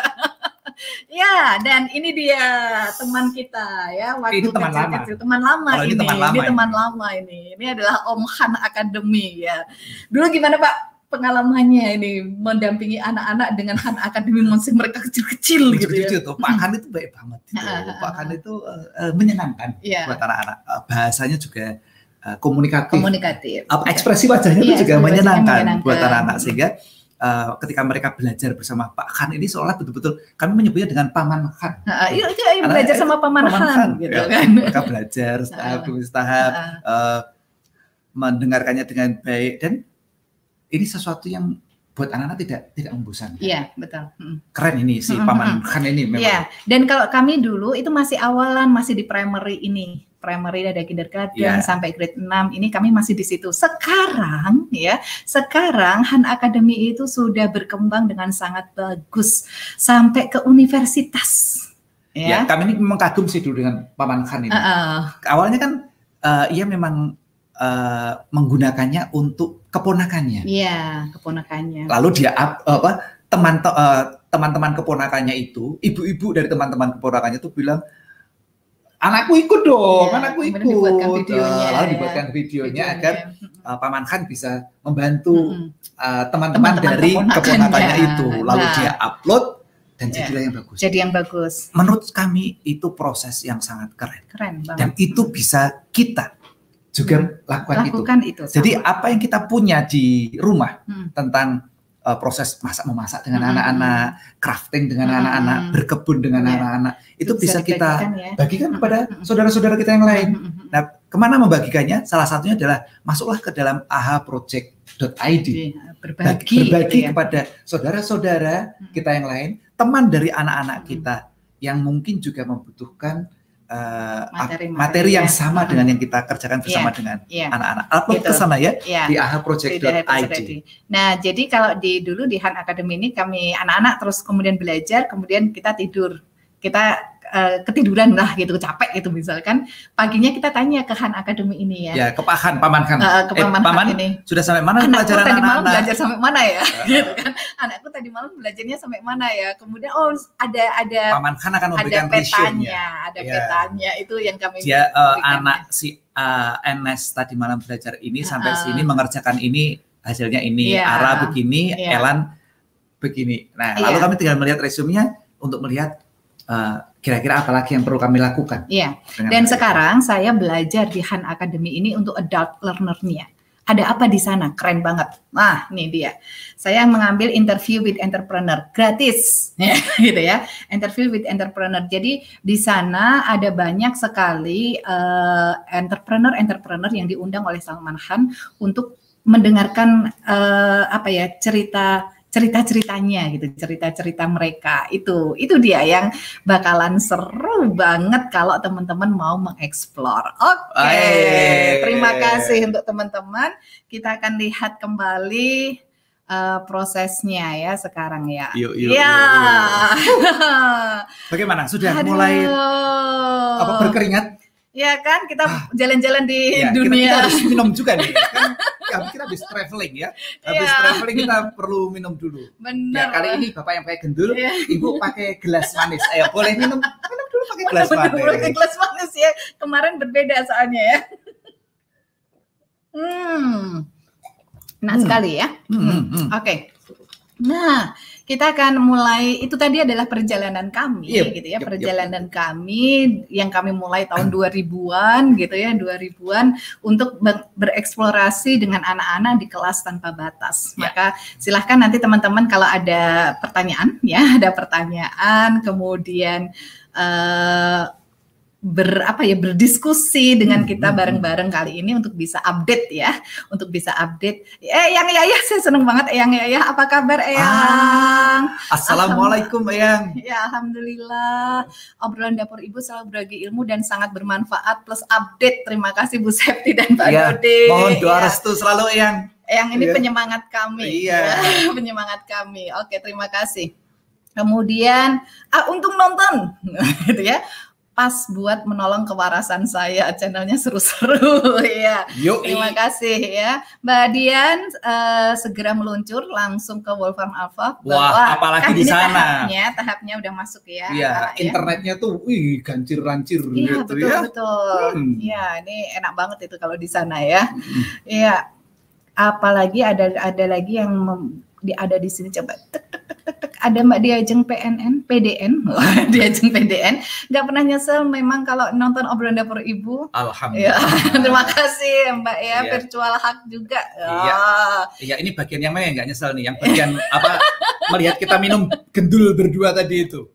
Ya, dan ini dia teman kita ya, waktu ini teman lama. Kecil, teman lama ini. Ini teman lama ini teman ini. lama ini. Ini adalah Om Han Academy ya. Dulu gimana Pak pengalamannya ini mendampingi anak-anak dengan Han Academy, masih mereka kecil-kecil gitu ya. Tuh, Pak Han itu baik banget gitu. Pak Han itu uh, menyenangkan yeah. buat anak-anak. Uh, bahasanya juga uh, komunikatif. Komunikatif. Apa ekspresi wajahnya itu yeah, juga menyenangkan, menyenangkan buat anak-anak, sehingga uh, ketika mereka belajar bersama Pak Han ini seolah betul-betul kami menyebutnya dengan Paman Han. Uh, iya, iya, belajar sama Paman, Paman Han, Han gitu ya, kan. Mereka belajar tahap demi tahap, uh, uh, mendengarkannya dengan baik, dan ini sesuatu yang buat anak-anak tidak tidak membosankan. Iya, betul. Hmm. Keren ini si Paman Han ini memang. Iya, dan kalau kami dulu itu masih awalan, masih di primary ini. primary, ada kindergarten Yeah. sampai grade enam. Ini kami masih di situ. Sekarang ya, sekarang Han Academy itu sudah berkembang dengan sangat bagus sampai ke universitas. Ya, Ya, kami ini memang kagum sih dulu dengan Paman Han ini. Uh-uh. Awalnya kan uh, ia memang uh, menggunakannya untuk keponakannya. Iya, keponakannya. Lalu dia up, apa teman uh, teman-teman keponakannya itu, ibu-ibu dari teman-teman keponakannya itu bilang, anakku ikut dong, Ya, anakku ikut. kemudian dibuatkan videonya, Uh, lalu ya. dibuatkan videonya, Videonya. agar uh, Paman Han bisa membantu Mm-mm. uh, teman-teman Teman-teman dari keponakannya. keponakannya itu. Lalu Nah. dia upload dan Ya. jadilah yang bagus. Jadi yang bagus, Menurut kami itu proses yang sangat keren. keren banget. Dan itu bisa kita juga lakukan, Lakukan itu. itu. Jadi sama. apa yang kita punya di rumah Hmm. tentang uh, proses masak memasak dengan Hmm. anak-anak, crafting dengan Hmm. anak-anak, berkebun dengan Ya. anak-anak, itu Itu bisa, bisa kita dibagikan ya. bagikan kepada Hmm. saudara-saudara kita yang lain. Hmm, hmm, hmm. Nah, kemana membagikannya? Salah satunya adalah masuklah ke dalam ahaproject dot i d. Jadi, berbagi, Bagi, berbagi gitu ya. kepada saudara-saudara Hmm. kita yang lain, teman dari anak-anak Hmm. kita yang mungkin juga membutuhkan uh, Materi-materi materi yang ya. sama Hmm. dengan yang kita kerjakan bersama Iya, dengan iya. anak-anak. Upload Gitu. ke sana ya, Iya. di ahaproject dot i d. Nah, jadi kalau di dulu di Han Academy ini kami anak-anak terus kemudian belajar, kemudian kita tidur. Kita eh, ketiduran lah gitu, capek gitu misalkan. Paginya kita tanya ke Han Academy ini ya. Ya, ke Pak Han, Paman Han. Eh, ke Paman Han Paman ini. sudah sampai mana Anakku pelajaran tadi malam anak-anak? belajar sampai mana ya? Gitu kan. Anakku tadi malam belajarnya sampai mana ya? Kemudian oh ada ada Paman Han akan ada memberikan ratio-nya. petanya, ada Ya. petanya itu yang kami Dia uh, berikan. anak si uh, N S tadi malam belajar ini sampai Uh-uh. sini mengerjakan ini, hasilnya ini, Iya. Ara begini, Iya. Elan begini. Nah, Iya. lalu kami tinggal melihat resume-nya untuk melihat uh, kira-kira apa lagi yang perlu kami lakukan. Iya. dengan Dan mereka. sekarang saya belajar di Han Academy ini untuk adult learner-nya. Ada apa di sana? Keren banget. Nah, ini dia. Saya mengambil interview with entrepreneur gratis, gitu ya. Interview with entrepreneur. Jadi di sana ada banyak sekali eh, entrepreneur-entrepreneur yang diundang oleh Salman Han untuk mendengarkan eh, apa ya cerita cerita-ceritanya gitu, cerita-cerita mereka itu itu dia yang bakalan seru banget kalau teman-teman mau mengeksplor. Oke, Hai. terima kasih untuk teman-teman. Kita akan lihat kembali uh, prosesnya ya sekarang ya. Yuk, yuk, ya. Bagaimana? Sudah Aduh. mulai apa berkeringat? Ya kan kita jalan-jalan di Ya, kita, kita dunia. harus minum juga nih. Kan ya, kita habis traveling ya. Habis Iya. traveling kita perlu minum dulu. Ya, Benar. kali ini Bapak yang pakai gendul, Iya. Ibu pakai gelas manis. Ayo, boleh minum. Minum dulu pakai gelas Bener-bener pakai manis. gelas manis ya. Kemarin berbeda soalnya ya. Hmm. Enak Hmm. sekali ya. Hmm, hmm, hmm. Oke. Nah, kita akan mulai, itu tadi adalah perjalanan kami Yep, gitu ya, yep, perjalanan kami yang kami mulai tahun dua ribuan gitu ya, dua ribuan untuk ber- bereksplorasi dengan anak-anak di kelas tanpa batas. Ya. Maka silahkan nanti teman-teman kalau ada pertanyaan ya, ada pertanyaan, kemudian eh, ber apa ya berdiskusi dengan Hmm, kita hmm, bareng-bareng kali ini untuk bisa update ya, untuk bisa update. Eh, Eyang Yayah, saya seneng banget Eyang Yayah. Apa kabar Eyang? Assalamualaikum, Eyang. Ya, alhamdulillah. Obrolan dapur ibu selalu berbagi ilmu dan sangat bermanfaat plus update. Terima kasih Bu Septi dan Pak Iya, Dodi. mohon doa Ya. restu selalu, Eyang. Eyang ini Iya. penyemangat kami. Iya. Ya, penyemangat kami. Oke, terima kasih. Kemudian, ah, untung nonton, gitu ya. Pas buat menolong kewarasan saya, channelnya seru-seru ya. Yuk, Terima kasih ya. Mbak Dian eh, segera meluncur langsung ke Wolfram Alpha. Wah, apalagi kan di ini sana. Tahapnya, tahapnya udah masuk ya. Iya, anak-anak ya. internetnya tuh, wih, gancir-gancir Iya, gitu betul ya. betul. Hmm. Iya, ini enak banget itu kalau di sana ya. Iya. Apalagi ada ada lagi yang mem- di, ada di sini coba tek, tek, tek, tek, tek. Ada Mbak Diajeng P N N, P D N, Diajeng P D N. Nggak pernah nyesel memang kalau nonton obrolan dapur ibu. Ya, Alhamdulillah. terima kasih Mbak ya, Iya. virtual hug juga. Iya. Ah. Iya, ini bagian yang mana yang nggak nyesel nih? Yang bagian apa? Melihat kita minum gendul berdua tadi itu.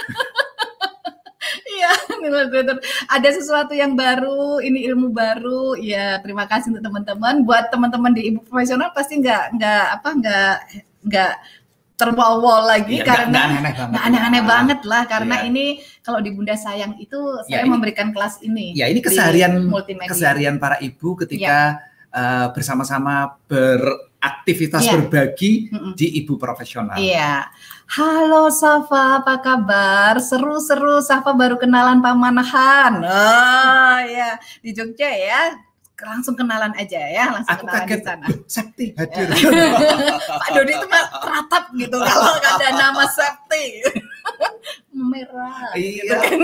Iya, ada sesuatu yang baru, ini ilmu baru. Ya, terima kasih untuk teman-teman. Buat teman-teman di ibu profesional pasti nggak nggak apa nggak nggak terbawa lagi ya, karena nggak aneh-aneh banget, nggak aneh-aneh banget lah karena ya. Ini kalau di Bunda Sayang itu Ya, saya ini, memberikan kelas ini. Ya ini keseharian multimedia. keseharian para ibu ketika ya. uh, bersama-sama beraktivitas ya. berbagi Mm-mm. di ibu profesional. Iya. Halo Safa, apa kabar? Seru-seru, Safa baru kenalan Pak Manahan. Oh ya, di Jogja ya. Langsung kenalan aja ya, langsung Aku kenalan kaget, di sana. Septi hadir. Pak Dodi itu mah teratap gitu kalau ada nama Septi. Merah. Iya. Gitu kan.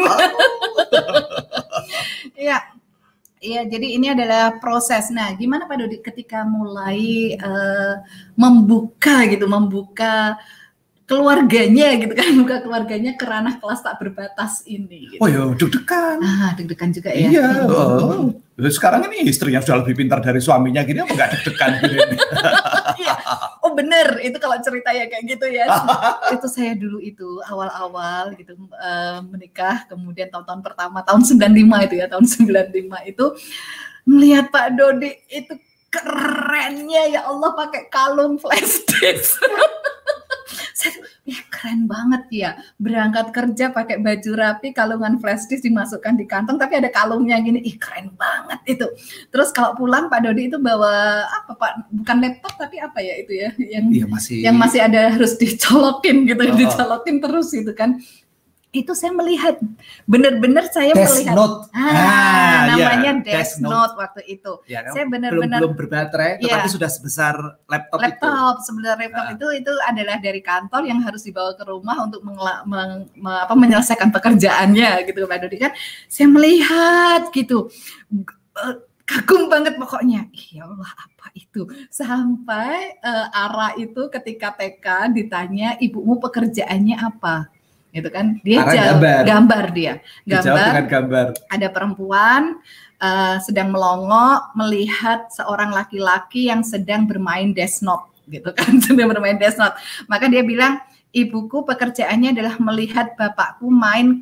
Iya. Iya, jadi ini adalah proses. Nah, gimana Pak Dodi ketika mulai uh, membuka gitu, membuka keluarganya gitu kan, buka keluarganya ke ranah kelas tak berbatas ini. Gitu. Oh ya, deg-degan. Ah, deg-degan juga ya. Iya. Oh. Sekarang ini istrinya sudah lebih pintar dari suaminya, gini apa nggak deg-degan gini? Iya. Oh bener, itu kalau ceritanya kayak gitu ya. Itu saya dulu itu awal-awal gitu uh, menikah, kemudian tahun-tahun pertama tahun sembilan puluh lima itu ya, tahun sembilan puluh lima itu melihat Pak Dodi itu kerennya ya Allah pakai kalung flash disk. Saya tuh, ya keren banget ya, berangkat kerja pakai baju rapi, kalungan flash disk dimasukkan di kantong, tapi ada kalungnya gini, ih keren banget itu. Terus kalau pulang Pak Dodi itu bawa apa Pak? Bukan laptop tapi apa ya itu ya, yang iya, masih... yang masih ada harus dicolokin gitu, oh. dicolokin terus itu kan. Itu saya melihat, benar-benar saya Death melihat, Note. ah, ah namanya ya, Death Note. Note waktu itu. Ya, kan? Saya benar-benar belum, belum berbaterai, ya, tetapi sudah sebesar laptop, laptop itu. Sebenarnya laptop ah. itu itu adalah dari kantor yang harus dibawa ke rumah untuk mengla, meng, me, apa, menyelesaikan pekerjaannya gitu Pak Dodi kan. Saya melihat gitu, kagum banget pokoknya. Ya Allah apa itu? Sampai uh, Ara itu ketika T K ditanya ibumu pekerjaannya apa? Gitu kan, dia jawab, gambar. gambar dia gambar, gambar ada perempuan uh, sedang melongo melihat seorang laki-laki yang sedang bermain Death Note gitu kan, sedang bermain Death Note, maka dia bilang ibuku pekerjaannya adalah melihat bapakku main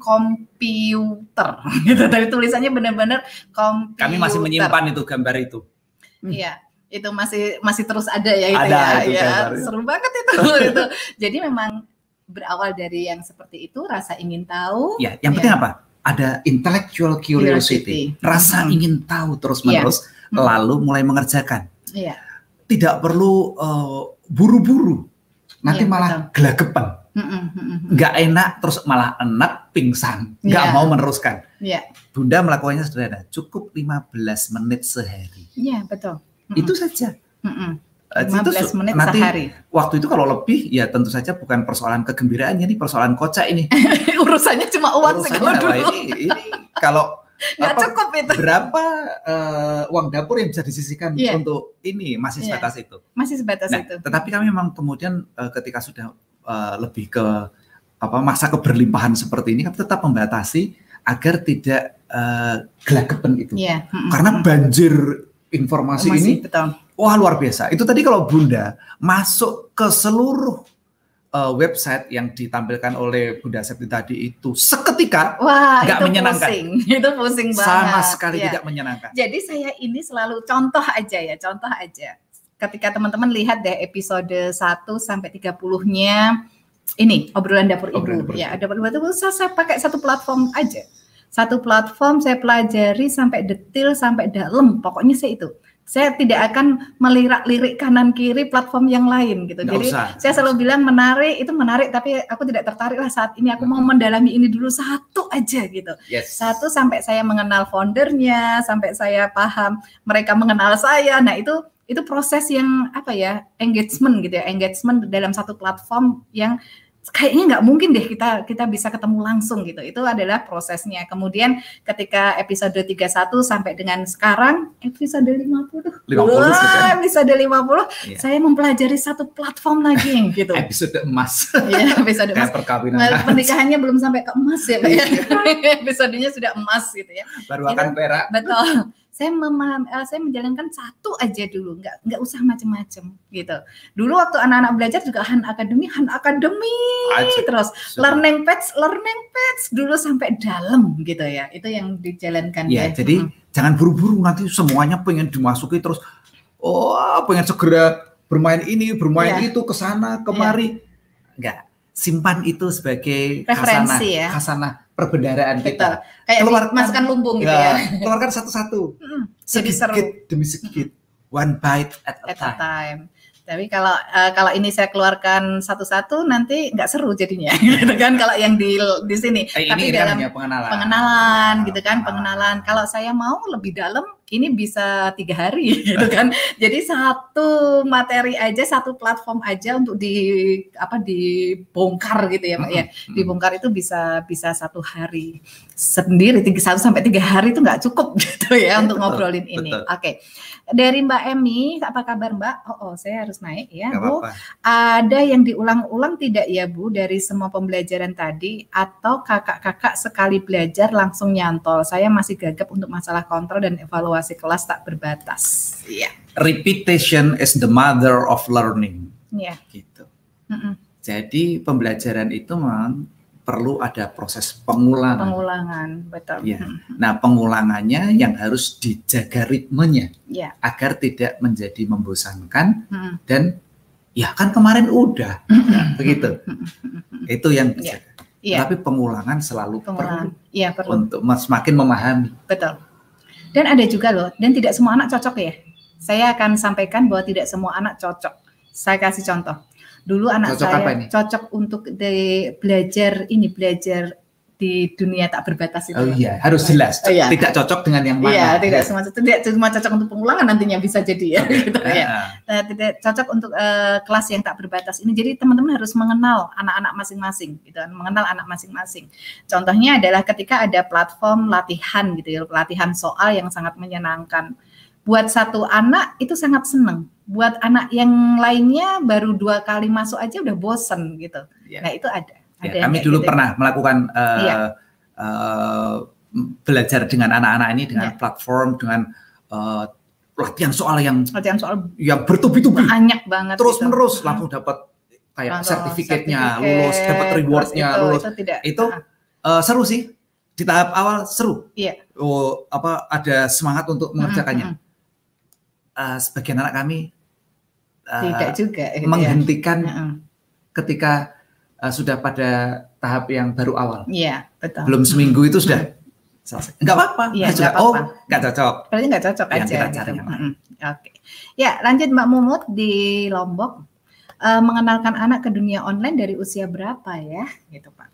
komputer gitu, dari tulisannya benar-benar komputer. Kami masih menyimpan itu gambar itu. Iya, hmm. itu masih masih terus ada ya itu ada, ya, itu ya. gambar, seru banget itu itu. Jadi memang berawal dari yang seperti itu, rasa ingin tahu. Ya, yang penting ya. Apa? Ada intellectual curiosity, curiosity. Rasa hmm. ingin tahu terus-menerus, ya. hmm. lalu mulai mengerjakan. Ya. Tidak perlu uh, buru-buru, nanti ya, malah betul. Gelagapan. Nggak enak, terus malah enak, pingsan, nggak ya. Mau meneruskan. Ya. Bunda melakukannya sederhana, cukup lima belas menit sehari. Iya, betul. Mm-mm. Itu saja. Mm-mm. lima belas itu menit nanti sehari. Waktu itu kalau lebih ya tentu saja bukan persoalan kegembiraannya, ini persoalan kocak ini. Urusannya cuma uang sih kalau dulu. Ini, ini kalau nggak cukup itu. Berapa uh, uang dapur yang bisa disisihkan yeah. untuk ini masih sebatas yeah. itu. Masih sebatas nah, itu. Tetapi kami memang kemudian uh, ketika sudah uh, lebih ke apa masa keberlimpahan seperti ini, kami tetap membatasi agar tidak uh, gelagapan itu. Yeah. Mm-hmm. Karena banjir informasi Masih, ini. Betul. Wah luar biasa. Itu tadi kalau Bunda masuk ke seluruh uh, website yang ditampilkan oleh Bunda Septi tadi itu seketika nggak menyenangkan. Pusing. Itu pusing banget. Sama sekali ya. Tidak menyenangkan. Jadi saya ini selalu contoh aja ya, contoh aja. Ketika teman-teman lihat deh episode satu sampai tiga puluh-nya ini obrolan dapur obrolan ibu. Dapur. Ya, dapur ibu itu saya, saya pakai satu platform aja. Satu platform saya pelajari sampai detail, sampai dalam. Pokoknya saya itu. Saya tidak akan melirik-lirik kanan kiri platform yang lain gitu. Nggak Jadi usah. Saya selalu bilang menarik itu menarik, tapi aku tidak tertarik lah saat ini. Aku mau mendalami ini dulu satu aja gitu. Yes. Satu sampai saya mengenal foundernya, sampai saya paham mereka mengenal saya. Nah itu itu proses yang apa ya engagement gitu ya, engagement dalam satu platform yang kayaknya nggak mungkin deh kita kita bisa ketemu langsung gitu. Itu adalah prosesnya. Kemudian ketika episode tiga puluh satu sampai dengan sekarang episode lima puluh. lima puluh Wah, episode lima puluh yeah. Saya mempelajari satu platform lagi gitu. Episode emas. Iya, episode emas. Perkawinan. Pernikahannya belum sampai ke emas ya, Pak ya. Episodenya sudah emas gitu ya. Baru akan gitu. perak. Betul. Saya memaham, saya menjalankan satu aja dulu, nggak nggak usah macam-macam gitu. Dulu waktu anak-anak belajar juga Han Academy, Han Academy, Aja. Terus Sudah. learning page, learning page dulu sampai dalam gitu ya. Itu yang dijalankan ya. ya. Jadi hmm. jangan buru-buru nanti semuanya pengen dimasuki terus. Oh, pengen segera bermain ini, bermain ya. Itu ke sana kemari. Ya. Enggak. Simpan itu sebagai referensi khasanah, ya. khasanah perbendaharaan kita. Kayak keluarkan, masukkan lumbung gitu ya. ya. Keluarkan satu-satu. Sedikit demi sedikit. One bite at a at time. A time. Tapi kalau uh, kalau ini saya keluarkan satu-satu nanti nggak seru jadinya, gitu kan? Kalau yang di di sini. Eh, Tapi ini dalam kan pengenalan, pengenalan ya, gitu kan, pengenalan. Kalau saya mau lebih dalam, ini bisa tiga hari, gitu kan? Jadi satu materi aja, satu platform aja untuk di apa dibongkar gitu ya, Pak ya. Dibongkar itu bisa bisa satu hari sendiri, tiga satu sampai tiga hari itu nggak cukup gitu ya, ya untuk betul, ngobrolin ini. Oke. Okay. Dari Mbak Emi, apa kabar Mbak? Oh, oh saya harus naik ya, Gak Bu. Apa-apa. Ada yang diulang-ulang tidak ya Bu dari semua pembelajaran tadi, atau kakak-kakak sekali belajar langsung nyantol? Saya masih gagap untuk masalah kontrol dan evaluasi kelas tak berbatas. Iya. Repetition is the mother of learning. Iya. Gitu. Mm-mm. Jadi pembelajaran itu memang perlu ada proses pengulangan. Pengulangan, betul. Ya. Nah, pengulangannya yang harus dijaga ritmenya ya. Agar tidak menjadi membosankan hmm. dan ya kan kemarin udah, nah, begitu. Itu yang dijaga. Ya. Tapi pengulangan selalu pengulangan. perlu, ya, perlu untuk semakin memahami. Betul. Dan ada juga loh, dan tidak semua anak cocok ya. Saya akan sampaikan bahwa tidak semua anak cocok. Saya kasih contoh. Dulu anak cocok saya cocok untuk de, belajar ini belajar di dunia tak berbatas itu. Oh iya, harus jelas. Oh, iya. Tidak cocok dengan yang mana. Iya, tidak semua cocok. Tidak cuma cocok untuk pengulangan nantinya bisa jadi ya. Okay. Gitu, ya. Nah, tidak cocok untuk uh, kelas yang tak berbatas ini. Jadi teman-teman harus mengenal anak-anak masing-masing, gitu kan? Mengenal anak masing-masing. Contohnya adalah ketika ada platform latihan gitu ya, latihan soal yang sangat menyenangkan. Buat satu anak itu sangat senang. Buat anak yang lainnya baru dua kali masuk aja udah bosen gitu. Ya. Nah itu ada. Ya, ada kami dulu gitu. pernah melakukan uh, ya. uh, belajar dengan anak-anak ini dengan ya. Platform dengan uh, latihan soal yang latihan soal yang bertubi-tubi. Banyak banget. Terus gitu. menerus hmm. langsung dapat kayak sertifikatnya, lulus, dapat rewardnya, itu, lulus. Itu, tidak. itu uh, seru sih. Di tahap awal seru. Iya. Oh, apa ada semangat untuk mengerjakannya. Hmm, hmm. Uh, sebagian anak kami uh, tidak juga gitu menghentikan ya. uh-uh. ketika uh, sudah pada tahap yang baru awal. Iya, betul. Belum seminggu itu sudah uh-huh. selesai. Enggak apa-apa. Ya, enggak apa-apa. Oh, enggak cocok. Berarti enggak cocok yang aja. Kita gitu. cari yang uh-huh. Oke. Ya, lanjut Mbak Mumut di Lombok. Uh, mengenalkan anak ke dunia online dari usia berapa ya? Gitu, Pak.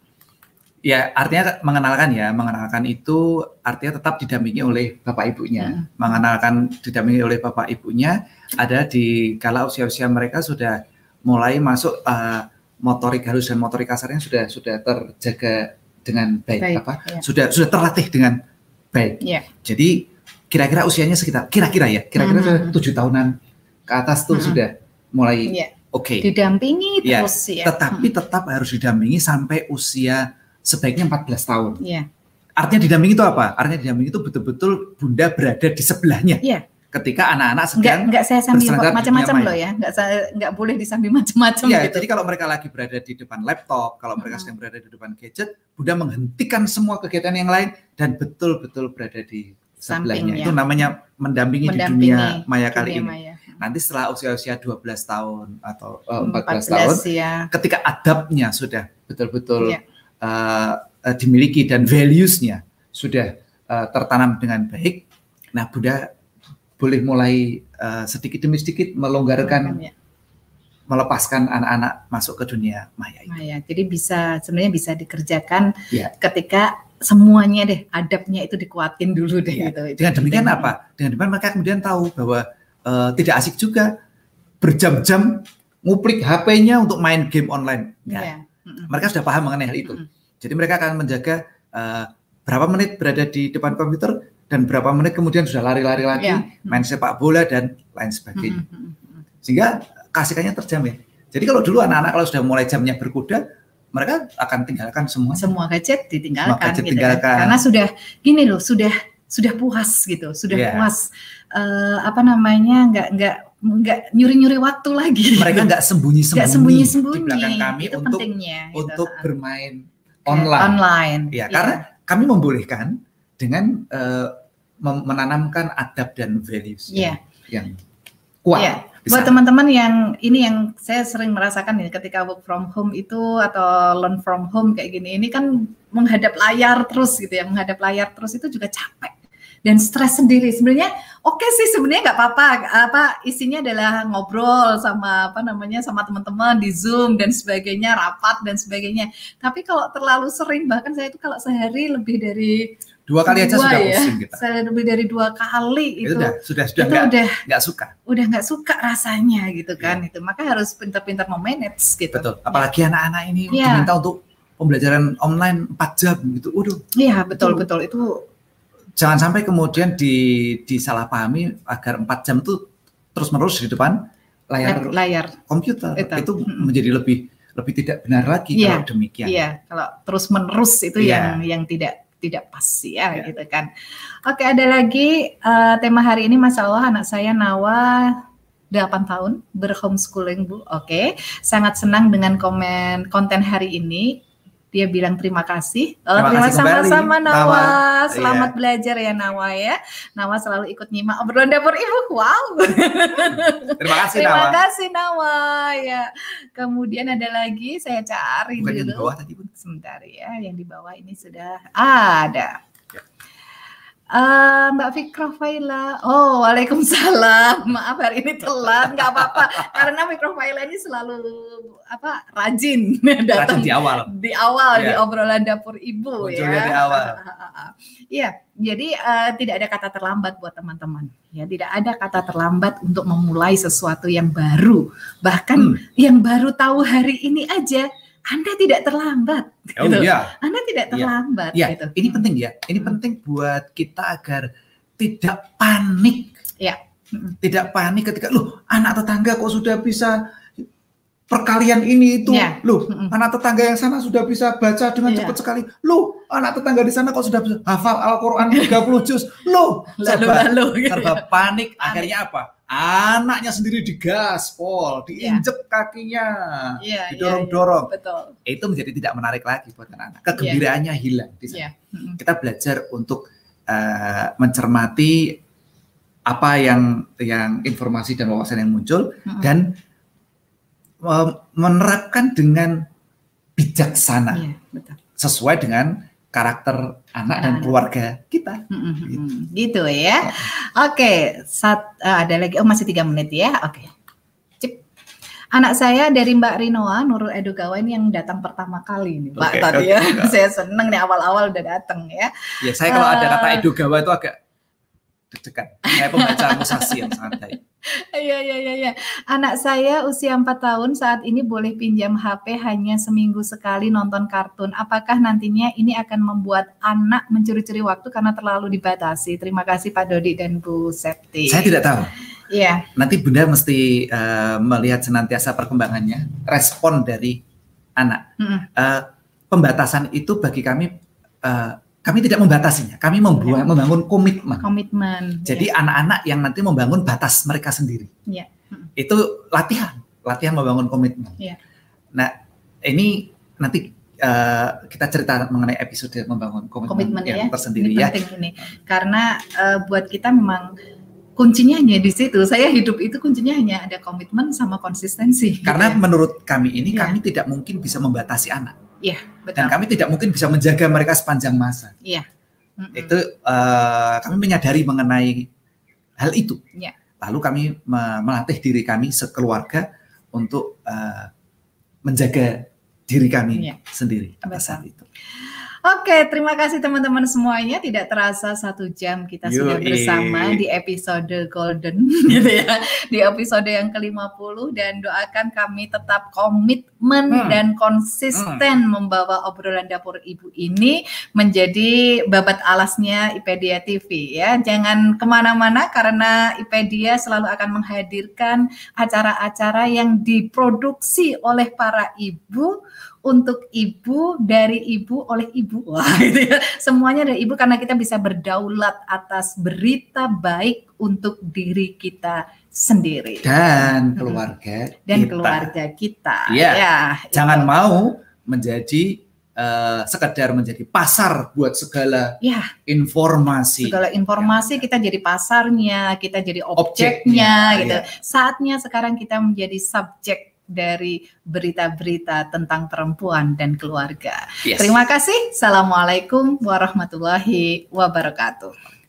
Ya, artinya mengenalkan ya, mengenalkan itu artinya tetap didampingi oleh bapak ibunya. Hmm. Mengenalkan didampingi oleh bapak ibunya ada di kala usia-usia mereka sudah mulai masuk uh, motorik halus dan motorik kasarnya sudah sudah terjaga dengan baik, baik apa? Ya. Sudah sudah terlatih dengan baik. Ya. Jadi kira-kira usianya sekitar kira-kira ya, kira-kira hmm. tujuh tahunan ke atas tuh hmm. sudah mulai ya. Oke. Okay. Didampingi ya. terus ya. Tetapi hmm. tetap harus didampingi sampai usia sebaiknya empat belas tahun. Iya. Artinya didampingi itu apa? Artinya didampingi itu betul-betul bunda berada di sebelahnya. Iya. Ketika anak-anak sedang enggak saya sambil macam-macam loh ya. Enggak saya enggak boleh disambil macam-macam ya, gitu. Jadi kalau mereka lagi berada di depan laptop, kalau mereka hmm. sedang berada di depan gadget, bunda menghentikan semua kegiatan yang lain dan betul-betul berada di sebelahnya. Itu namanya mendampingi, mendampingi di dunia maya kali ini. Maya. Nanti setelah usia-usia dua belas tahun atau uh, empat belas, empat belas tahun, ya. Ketika adabnya sudah betul-betul ya. Uh, uh, dimiliki dan values-nya sudah uh, tertanam dengan baik, nah Bunda boleh mulai uh, sedikit demi sedikit melonggarkan, ya. Melepaskan anak-anak masuk ke dunia maya itu. Maya. Jadi bisa sebenarnya bisa dikerjakan ya. Ketika semuanya deh adabnya itu dikuatin dulu deh. Ya. Gitu. Dengan demikian itu. Apa? Dengan demikian mereka kemudian tahu bahwa uh, tidak asik juga berjam-jam nguplik H P-nya untuk main game online. Nah, ya. Mereka sudah paham mengenai hal itu. Mm-hmm. Jadi mereka akan menjaga uh, berapa menit berada di depan komputer dan berapa menit kemudian sudah lari-lari lagi, yeah. main sepak bola dan lain sebagainya. Mm-hmm. Sehingga kasihkannya terjamin. Jadi kalau dulu anak-anak kalau sudah mulai jamnya berkuda, mereka akan tinggalkan semua. Semua gadget ditinggalkan. Semua gadget gitu tinggalkan. Kan? Karena sudah gini loh, sudah sudah puas gitu, sudah yeah. puas. Uh, apa namanya? Nggak nggak nggak nyuri-nyuri waktu lagi. Mereka nggak sembunyi-sembunyi, sembunyi-sembunyi di belakang kami itu untuk pentingnya, untuk gitu. bermain online. Online. Ya, karena ya. Kami membolehkan dengan uh, menanamkan adab dan values ya. yang, yang kuat. Ya. Buat teman-teman yang ini yang saya sering merasakan ya ketika work from home itu atau learn from home kayak gini, ini kan menghadap layar terus gitu ya, menghadap layar terus itu juga capek dan stres sendiri. Sebenarnya oke okay sih, sebenarnya nggak apa-apa, apa isinya adalah ngobrol sama apa namanya sama teman-teman di Zoom dan sebagainya, rapat dan sebagainya. Tapi kalau terlalu sering, bahkan saya itu kalau sehari lebih dari dua kali aja dua sudah ya, pusing kita. Saya lebih dari dua kali itu, itu udah, sudah sudah itu nggak, udah nggak suka, udah nggak suka rasanya gitu kan. Ya. Itu maka harus pintar-pintar memanage gitu. Betul. Apalagi anak-anak ini ya. diminta untuk pembelajaran online empat jam gitu. Waduh. Iya betul itu, betul itu. Jangan sampai kemudian di disalahpahami agar empat jam itu terus menerus di depan layar, layar. komputer. Itu, itu mm-hmm. menjadi lebih lebih tidak benar lagi ya. Kalau demikian. Iya, kalau terus menerus itu ya. yang yang tidak tidak pas ya, ya gitu kan. Oke, ada lagi uh, tema hari ini, Masya Allah anak saya Nawa delapan tahun berhomeschooling Bu. Oke, sangat senang dengan komen konten hari ini. Dia bilang terima kasih. Oh, terima, terima sama-sama Nawa. Nawa. Selamat iya. belajar ya Nawa ya. Nawa selalu ikut nyimak obrolan dapur ibu. Wow. Terima kasih terima Nawa. Terima kasih Nawa ya. Kemudian ada lagi saya cari Bukan dulu. Yang di bawah tadi, Bu. Sebentar ya, yang di bawah ini sudah ada. Uh, Mbak Fikroh Faila, oh waalaikumsalam, maaf hari ini telat, nggak apa-apa, karena Fikroh Faila ini selalu apa rajin datang di awal, di awal yeah. di obrolan dapur ibu. Munculnya ya. di awal. Iya, jadi uh, tidak ada kata terlambat buat teman-teman. Ya, tidak ada kata terlambat untuk memulai sesuatu yang baru. Bahkan hmm. yang baru tahu hari ini aja. Anda tidak terlambat. Oh gitu. Iya. Anda tidak terlambat. Iya. Gitu. Ini penting ya. Ini hmm. penting buat kita agar tidak panik. Ya. Hmm. Tidak panik ketika, loh anak tetangga kok sudah bisa perkalian ini itu. Ya. Loh hmm. anak tetangga yang sana sudah bisa baca dengan ya. cepat sekali. Loh anak tetangga di sana kok sudah bisa hafal Al-Quran tiga puluh juz. Loh serba, lalu, lalu, serba panik. panik. Akhirnya apa? Anaknya sendiri digaspol, diinjek yeah. kakinya, yeah, didorong-dorong. Yeah, yeah. Betul. Itu menjadi tidak menarik lagi buat anak-anak. Kegembiraannya yeah. hilang di sana. Yeah. Mm-hmm. Kita belajar untuk uh, mencermati apa yang yang informasi dan wawasan yang muncul mm-hmm. dan uh, menerapkan dengan bijaksana, yeah, betul. Sesuai dengan karakter anak dan keluarga kita. Mm-hmm. Gitu. gitu ya. Oke, Sat, uh, ada lagi. Oh masih tiga menit ya. Oke. Cip. Anak saya dari Mbak Rinoa Nurul Edugawa ini yang datang pertama kali nih, Mbak okay, tadi okay. ya. Saya seneng nih awal-awal udah datang ya. Ya saya kalau uh, ada kata Edugawa itu agak deg-degan. Saya pembaca musasi yang sangat baik. Iya, iya, iya. Ya. Anak saya usia empat tahun saat ini boleh pinjam H P hanya seminggu sekali nonton kartun. Apakah nantinya ini akan membuat anak mencuri-curi waktu karena terlalu dibatasi? Terima kasih Pak Dodi dan Bu Septi. Saya tidak tahu. Iya. Nanti Bunda mesti uh, melihat senantiasa perkembangannya, respon dari anak. Hmm. Uh, pembatasan itu bagi kami uh, kami tidak membatasinya, kami membuat, ya. membangun komitmen. Komitmen. Jadi ya. anak-anak yang nanti membangun batas mereka sendiri. Ya. Hmm. Itu latihan, latihan membangun komitmen. Ya. Nah, ini nanti uh, kita cerita mengenai episode membangun komitmen, komitmen yang ya. tersendiri ini ya. Penting ini, karena uh, buat kita memang kuncinya hanya di situ. Saya hidup itu kuncinya hanya ada komitmen sama konsistensi. Karena gitu ya. menurut kami ini, ya. kami tidak mungkin bisa membatasi anak. Iya, betul. Dan kami tidak mungkin bisa menjaga mereka sepanjang masa. Iya. Mm-mm. Itu uh, kami menyadari mengenai hal itu. Iya. Lalu kami me- melatih diri kami sekeluarga untuk uh, menjaga diri kami iya. sendiri atas hal itu. Oke, terima kasih teman-teman semuanya. Tidak terasa satu jam kita Yui. sudah bersama di episode Golden, gitu ya, di episode yang ke lima puluh dan doakan kami tetap komitmen hmm. dan konsisten hmm. membawa obrolan dapur ibu ini menjadi babat alasnya IPedia T V ya. Jangan kemana-mana karena IPedia selalu akan menghadirkan acara-acara yang diproduksi oleh para ibu. Untuk ibu, dari ibu, oleh ibu. Wah, gitu ya. Semuanya dari ibu karena kita bisa berdaulat atas berita baik untuk diri kita sendiri. Dan keluarga Dan kita. keluarga kita. Ya, ya jangan itu. mau menjadi uh, sekedar menjadi pasar buat segala ya, informasi. Segala informasi ya. Kita jadi pasarnya, kita jadi objeknya, objeknya gitu. Ya. Saatnya sekarang kita menjadi subjek dari berita-berita tentang perempuan dan keluarga. Yes. Terima kasih. Assalamualaikum warahmatullahi wabarakatuh.